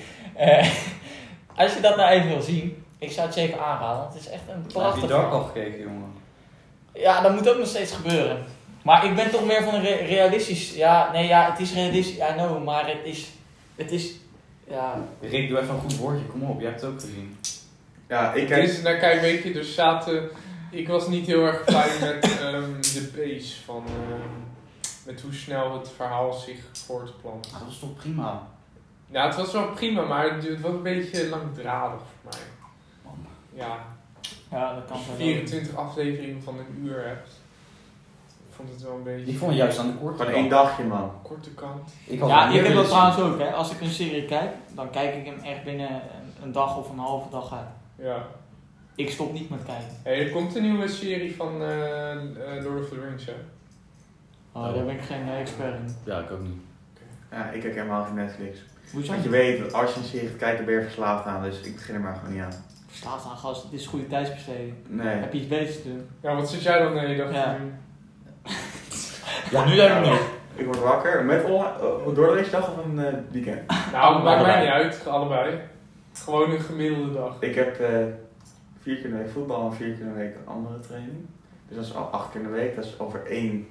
[SPEAKER 1] Als je dat nou even wil zien, ik zou het zeker aanraden. Want het is echt een
[SPEAKER 4] heb
[SPEAKER 1] prachtig
[SPEAKER 4] je Dark
[SPEAKER 1] verhaal.
[SPEAKER 4] al gekeken, jongen?
[SPEAKER 1] Ja, dat moet ook nog steeds gebeuren. Maar ik ben toch meer van een realistisch... Ja, nee, ja, het is realistisch, I know, maar het is... Ja...
[SPEAKER 4] Rick, doe even een goed woordje, kom op, jij hebt het ook gezien.
[SPEAKER 2] Ja, ik kijk...
[SPEAKER 3] Dus, nou kijk, weet je, dus zaten... Ik was niet heel erg blij met de pace van... met hoe snel het verhaal zich voortplant.
[SPEAKER 4] Ah, dat was toch prima?
[SPEAKER 3] Ja, het was wel prima, maar het was een beetje langdradig voor mij. Ja,
[SPEAKER 1] Ja, dat kan
[SPEAKER 3] als
[SPEAKER 1] zo.
[SPEAKER 3] je 24 afleveringen van een uur hebt. Ik vond het wel een beetje...
[SPEAKER 4] Ik vond het juist aan de korte
[SPEAKER 2] Gewoon
[SPEAKER 4] kant.
[SPEAKER 2] 1 dagje, man.
[SPEAKER 3] Korte kant.
[SPEAKER 1] Ja, ik heb dat trouwens ook, hè. Als ik een serie kijk, dan kijk ik hem echt binnen een dag of een halve dag uit.
[SPEAKER 3] Ja.
[SPEAKER 1] Ik stop niet met kijken.
[SPEAKER 3] Hey, er komt een nieuwe serie van Lord of the Rings, hè?
[SPEAKER 1] Oh, daar ben ik geen expert in.
[SPEAKER 4] Ja, ik ook niet.
[SPEAKER 2] Ja, ik kijk helemaal geen Netflix.
[SPEAKER 1] Hoezo?
[SPEAKER 2] Want je weet, dat als je een serie gaat kijken, ben je verslaafd aan, dus ik begin er maar gewoon niet aan.
[SPEAKER 1] Verslaafd aan gas, dit is goede tijdsbesteding.
[SPEAKER 2] Nee.
[SPEAKER 1] Heb je iets beters te doen?
[SPEAKER 3] Ja, wat zit jij dan de hele dag
[SPEAKER 1] Ja.
[SPEAKER 3] te doen?
[SPEAKER 4] Ja, nu zijn we nog.
[SPEAKER 2] Ik word wakker met door de weekdag of een weekend.
[SPEAKER 3] Nou, het maakt mij
[SPEAKER 4] Allebei.
[SPEAKER 3] niet uit, allebei. Gewoon een gemiddelde dag.
[SPEAKER 2] Ik heb 4 keer in de week voetbal en 4 keer in de week andere training. Dus dat is al 8 keer in de week, dat is over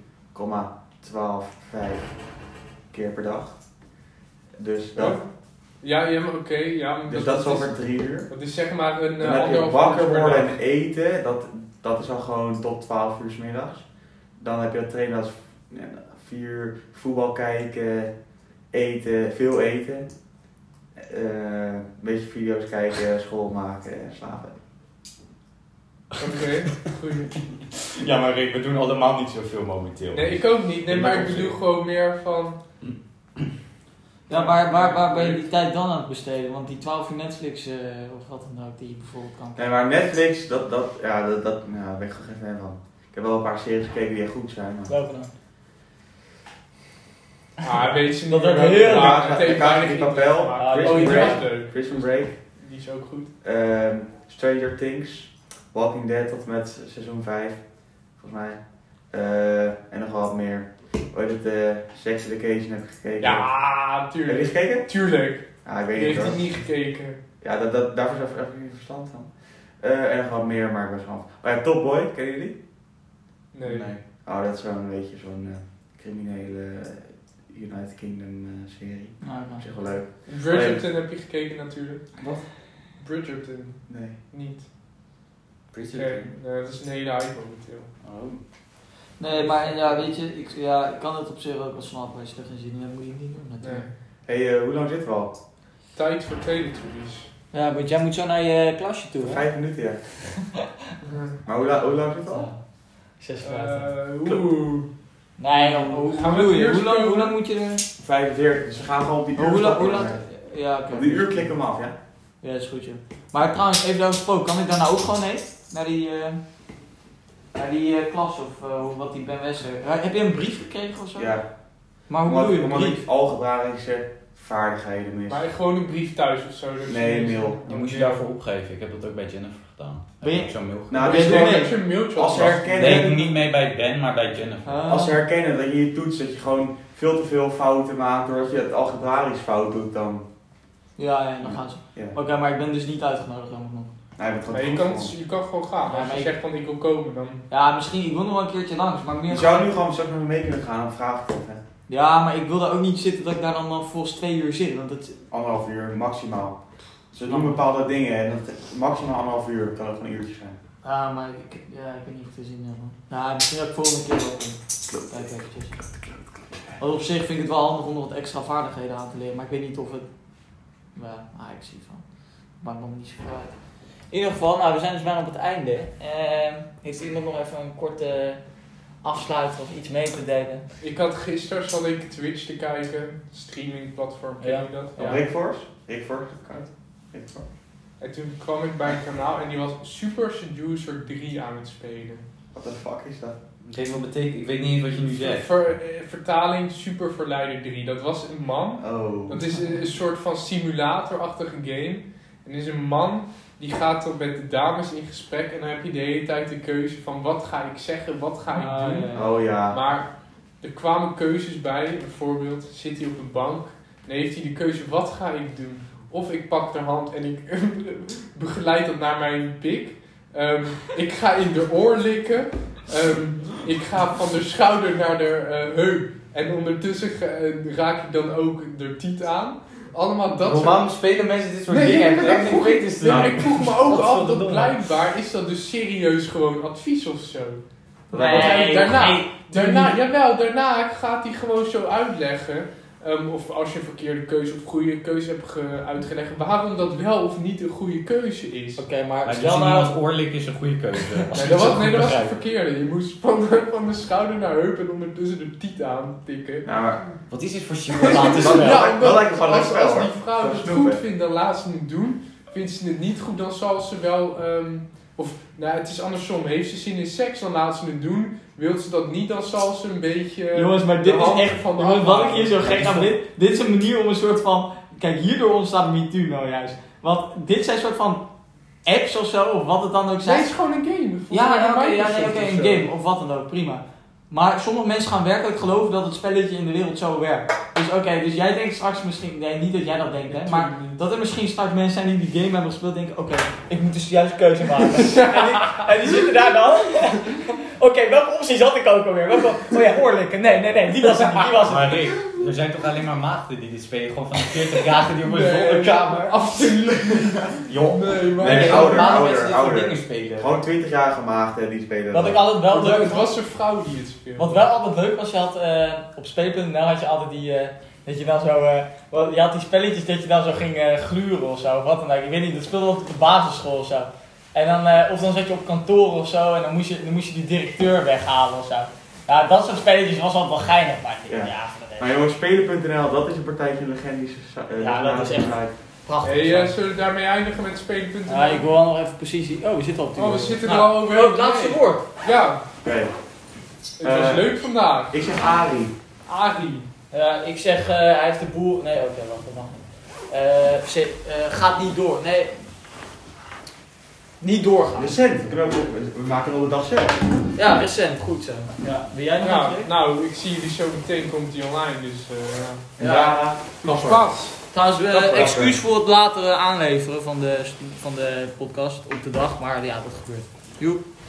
[SPEAKER 2] 1,125 keer per dag. Dus dat,
[SPEAKER 3] Ja, maar oké. Ja, maar
[SPEAKER 2] dus dat is over 3 uur.
[SPEAKER 3] Dat is zeg maar een
[SPEAKER 2] Dan heb je
[SPEAKER 3] anderhalf
[SPEAKER 2] wakker
[SPEAKER 3] uur per
[SPEAKER 2] worden
[SPEAKER 3] dag.
[SPEAKER 2] en eten, dat is al gewoon tot 12 uur 's middags. Dan heb je dat trainen als 4 uur voetbal kijken, eten, veel eten. Een beetje video's kijken, school maken en slapen.
[SPEAKER 3] Oké, goeie.
[SPEAKER 4] Ja, maar Rick, we doen allemaal niet zoveel momenteel.
[SPEAKER 3] Nee, ik ook niet. Nee,
[SPEAKER 2] Ik
[SPEAKER 3] maar
[SPEAKER 2] ben
[SPEAKER 3] ik
[SPEAKER 2] op
[SPEAKER 3] bedoel
[SPEAKER 2] zich.
[SPEAKER 3] gewoon meer van...
[SPEAKER 1] Ja, waar ben je die tijd dan aan het besteden? Want die 12 uur Netflix of wat dan ook die je bijvoorbeeld kan
[SPEAKER 2] Nee, maar Netflix, daar ben ik gewoon geen fan van. Ik heb wel een paar series gekeken die echt goed zijn. Maar...
[SPEAKER 1] Welke dan?
[SPEAKER 3] weet je niet.
[SPEAKER 1] Dat werd
[SPEAKER 3] welke-
[SPEAKER 1] heel
[SPEAKER 3] Ja,
[SPEAKER 2] erg.
[SPEAKER 3] het heeft
[SPEAKER 2] De Kaas
[SPEAKER 3] weinig
[SPEAKER 2] in
[SPEAKER 3] indruk
[SPEAKER 2] Papel,
[SPEAKER 3] gemaakt.
[SPEAKER 2] Prison
[SPEAKER 3] die
[SPEAKER 2] Break.
[SPEAKER 3] was leuk.
[SPEAKER 2] Prison Break,
[SPEAKER 3] Die is ook goed.
[SPEAKER 2] Stranger Things, Walking Dead tot en met seizoen 5, volgens mij. En nog wel wat meer. Hoe heet het, Sex Education heb ik gekeken.
[SPEAKER 3] Ja,
[SPEAKER 2] Heb je
[SPEAKER 3] tuurlijk.
[SPEAKER 2] gekeken?
[SPEAKER 3] Tuurlijk.
[SPEAKER 2] Ja, ik weet
[SPEAKER 3] Wie
[SPEAKER 2] niet
[SPEAKER 3] heeft
[SPEAKER 2] hoor.
[SPEAKER 3] die niet gekeken?
[SPEAKER 2] Ja, daarvoor heb ik niet verstand van. En nog wat meer, maar ik was van. Maar ja, Top Boy, kennen jullie?
[SPEAKER 3] Nee.
[SPEAKER 2] Oh, dat is zo'n beetje zo'n criminele United Kingdom serie.
[SPEAKER 1] Nou,
[SPEAKER 2] Op zich wel leuk.
[SPEAKER 3] Bridgerton heb je gekeken natuurlijk.
[SPEAKER 2] Wat?
[SPEAKER 3] Bridgerton,
[SPEAKER 2] Nee.
[SPEAKER 3] niet.
[SPEAKER 4] Pretty
[SPEAKER 3] Nee, dat is een hele hype momenteel.
[SPEAKER 4] Oh.
[SPEAKER 1] Nee, maar ja, weet je, ik kan het op zich ook wel snappen. Als je er geen zin in hebt, moet je het niet doen
[SPEAKER 3] Nee.
[SPEAKER 1] natuurlijk.
[SPEAKER 2] Hey, hoe lang zitten we al?
[SPEAKER 3] Tijd voor Teletubbies.
[SPEAKER 1] Ja, want jij moet zo naar je klasje toe, hè?
[SPEAKER 2] 5 minuten, ja. Maar hoe lang zitten we al?
[SPEAKER 1] Ja. 56.
[SPEAKER 3] Oeh.
[SPEAKER 1] Nee, hoe
[SPEAKER 3] Gaan we
[SPEAKER 1] bedoel je?
[SPEAKER 3] het eerst
[SPEAKER 1] Hoe
[SPEAKER 3] komen?
[SPEAKER 1] lang moet je er...
[SPEAKER 2] 45, dus we gaan gewoon op die uur
[SPEAKER 1] Hoe lang?
[SPEAKER 2] stoppen.
[SPEAKER 1] Ja, oké.
[SPEAKER 2] Op die uur klikken we hem af, ja?
[SPEAKER 1] Ja, dat is goed, joh. Maar trouwens, even daarover gesproken, kan ik daar nou ook gewoon heen? Naar die klas of wat die Ben Wesser... Heb je een brief gekregen of zo?
[SPEAKER 2] Ja.
[SPEAKER 1] Maar hoe bedoel je, een
[SPEAKER 2] Omdat
[SPEAKER 1] brief?
[SPEAKER 2] ik algebraïsche vaardigheden mis.
[SPEAKER 3] Maar gewoon een brief thuis of zo. Dus
[SPEAKER 2] Nee, mail.
[SPEAKER 4] Je moet je daarvoor opgeven. Ik heb dat ook bij Jennifer gedaan.
[SPEAKER 1] Ben je-
[SPEAKER 4] Heb ik zo'n mail
[SPEAKER 2] Nou,
[SPEAKER 1] Ben
[SPEAKER 2] dus
[SPEAKER 1] je er
[SPEAKER 2] gewoon,
[SPEAKER 1] mee?
[SPEAKER 3] Heb je een mailtje
[SPEAKER 2] als ze
[SPEAKER 3] alvast?
[SPEAKER 2] herkennen,
[SPEAKER 4] Nee, ik doe niet mee bij Ben, maar bij Jennifer.
[SPEAKER 2] als ze herkennen dat je je toets, dat je gewoon veel te veel fouten maakt doordat je het algebraisch fout doet, dan...
[SPEAKER 1] Ja, dan gaan ze.
[SPEAKER 2] Ja.
[SPEAKER 1] Oké, maar ik ben dus niet uitgenodigd, jammer genoeg.
[SPEAKER 2] Nee, je bent gewoon
[SPEAKER 3] Maar je
[SPEAKER 2] goed
[SPEAKER 3] kan, je kan gewoon gaan.
[SPEAKER 1] Ja,
[SPEAKER 3] Als
[SPEAKER 1] maar
[SPEAKER 3] je
[SPEAKER 1] ik-
[SPEAKER 3] zegt van ik wil komen, dan...
[SPEAKER 1] Ja, misschien, ik wil nog wel een keertje langs, maar meer...
[SPEAKER 2] Je zou nu gewoon straks met me mee kunnen gaan om vragen te stellen.
[SPEAKER 1] Ja, maar ik wil daar ook niet zitten dat ik daar dan volgens 2 uur zit, want het...
[SPEAKER 2] 1,5 uur maximaal. Ze doen bepaalde dingen en dat maximaal 1,5 uur kan ook van een uurtje zijn.
[SPEAKER 1] Ja, maar ik weet niet of ik er zin in heb, man. Nou, misschien dat ik volgende keer wel kom. Kijk eventjes. Want op zich vind ik het wel handig om nog wat extra vaardigheden aan te leren, maar ik weet niet of het... Ja, ik zie van. Maakt me niet zoveel uit. In ieder geval, nou, we zijn dus bijna op het einde. Heeft iemand nog even een korte afsluiter of iets mee te delen?
[SPEAKER 3] Gisteren zat ik Twitch te kijken, streamingplatform, ken
[SPEAKER 1] Ja.
[SPEAKER 3] je dat?
[SPEAKER 1] Ja.
[SPEAKER 2] Rickforce? Rickforce account? Rickforce.
[SPEAKER 3] En toen kwam ik bij een kanaal en die was Super Seducer 3 aan het spelen.
[SPEAKER 2] What the fuck is dat?
[SPEAKER 4] Ik weet wat betekent. Ik weet niet eens wat je nu zegt.
[SPEAKER 3] Vertaling Super Verleider 3. Dat was een man.
[SPEAKER 2] Oh.
[SPEAKER 3] Dat is een soort van simulatorachtige game. En is een man die gaat dan met de dames in gesprek en dan heb je de hele tijd de keuze van wat ga ik zeggen, wat ga ik doen.
[SPEAKER 1] Ja.
[SPEAKER 2] Oh ja.
[SPEAKER 3] Maar er kwamen keuzes bij, bijvoorbeeld zit hij op een bank, dan heeft hij de keuze wat ga ik doen. Of ik pak de hand en ik begeleid dat naar mijn pik. Ik ga in de oor likken. Ik ga van de schouder naar de heup. En ondertussen raak ik dan ook de tiet aan. Allemaal dat soort...
[SPEAKER 4] Waarom spelen mensen dit soort
[SPEAKER 3] Nee,
[SPEAKER 4] dingen?
[SPEAKER 3] maar
[SPEAKER 4] Echt
[SPEAKER 3] ik
[SPEAKER 4] niet
[SPEAKER 3] vroeg-
[SPEAKER 4] weten te
[SPEAKER 3] Ja,
[SPEAKER 4] doen.
[SPEAKER 3] ik vroeg me ook af dat
[SPEAKER 4] Godverdomme.
[SPEAKER 3] blijkbaar is dat dus serieus gewoon advies of zo.
[SPEAKER 1] Nee,
[SPEAKER 3] Daarna gaat hij gewoon zo uitleggen. Of als je een verkeerde keuze of goede keuze hebt uitgelegd, waarom dat wel of niet een goede keuze is.
[SPEAKER 1] Oké, maar
[SPEAKER 4] Maar
[SPEAKER 1] stel
[SPEAKER 4] dus
[SPEAKER 1] nou...
[SPEAKER 4] iemands oorlik is een goede keuze.
[SPEAKER 3] Nee, dat was het verkeerde. Je moest van de schouder naar heup en ondertussen de tiet aantikken.
[SPEAKER 2] Nou, maar
[SPEAKER 4] Wat is dit voor charlatans
[SPEAKER 2] Wat-
[SPEAKER 4] spel?
[SPEAKER 3] Ja,
[SPEAKER 2] dat lijkt me gewoon
[SPEAKER 3] als,
[SPEAKER 2] een spel,
[SPEAKER 3] als
[SPEAKER 2] hoor.
[SPEAKER 3] die vrouw
[SPEAKER 2] Gewoon
[SPEAKER 3] het
[SPEAKER 2] snoepen.
[SPEAKER 3] goed vindt, dan laat ze het doen. Vindt ze het niet goed, dan zal ze wel... het is andersom. Heeft ze zin in seks, dan laat ze het doen. Wilt ze dat niet, dan zal ze een beetje...
[SPEAKER 1] Jongens, maar
[SPEAKER 3] de
[SPEAKER 1] dit is
[SPEAKER 3] handen
[SPEAKER 1] echt...
[SPEAKER 3] van de
[SPEAKER 1] Jongens, wat ik
[SPEAKER 3] afhouden.
[SPEAKER 1] hier zo gek aan vind... Dit is een manier om een soort van... Kijk, hierdoor ontstaat MeToo nou juist. Want dit zijn soort van... apps of zo, of wat het dan ook zijn.
[SPEAKER 3] Nee, het is gewoon een game.
[SPEAKER 1] Oké, een game of wat dan ook, prima. Maar sommige mensen gaan werkelijk geloven dat het spelletje in de wereld zo werkt. Dus jij denkt straks misschien, nee niet dat jij dat denkt hè, maar dat er misschien straks mensen zijn die die game hebben gespeeld denken, oké, ik moet dus de juiste keuze maken. en die zitten daar dan. Oké, welke opties had ik ook alweer? Oh ja, oorlikken. Nee, die was het niet.
[SPEAKER 4] Maar Rick, er zijn toch alleen maar maagden die dit spelen? Gewoon van die 40-jarigen die op een zolderkamer...
[SPEAKER 3] Absoluut.
[SPEAKER 4] Joh.
[SPEAKER 2] Nee, ouder.
[SPEAKER 4] Dingen spelen.
[SPEAKER 2] Gewoon 20-jarige maagden die spelen.
[SPEAKER 1] Wat ik altijd wel leuk
[SPEAKER 3] Het was een vrouw die het speelde.
[SPEAKER 1] Wat wel altijd leuk was, je had op spelen.nl had je altijd die... dat je dan zo... je had die spelletjes dat je dan zo ging gluren of zo. Of wat dan ook. Ik weet niet, dat speelde altijd op de basisschool of zo. En dan, of dan zat je op kantoor of zo en dan moest je die directeur weghalen of zo. Ja, dat soort spelletjes was altijd wel geinig, maar voor de rest.
[SPEAKER 2] Maar jongens, spelen.nl, dat is een partijtje legendische
[SPEAKER 1] dat is echt prachtig.
[SPEAKER 3] Hey, zullen we daarmee eindigen met spelen.nl?
[SPEAKER 1] Ja, ik wil wel nog even precies... Oh, we zitten al op die
[SPEAKER 3] we zitten er al over.
[SPEAKER 1] Het laatste woord.
[SPEAKER 3] Ja.
[SPEAKER 2] Oké.
[SPEAKER 3] Het was leuk vandaag.
[SPEAKER 2] Ik zeg Arie.
[SPEAKER 3] Arie.
[SPEAKER 1] Ik zeg, hij heeft de boel... Nee, oké, wacht, dat mag niet. Gaat niet door. Nee. Niet doorgaan.
[SPEAKER 2] Recent. We maken al de dag zelf.
[SPEAKER 1] Ja, recent. Goed zo. Ja. Wil jij nog iets?
[SPEAKER 3] Nou, ik zie jullie zo meteen, komt die online, dus
[SPEAKER 2] Ja.
[SPEAKER 3] Pas.
[SPEAKER 1] Trouwens, excuus voor het latere aanleveren van de podcast op de dag, maar ja, dat gebeurt. Joep.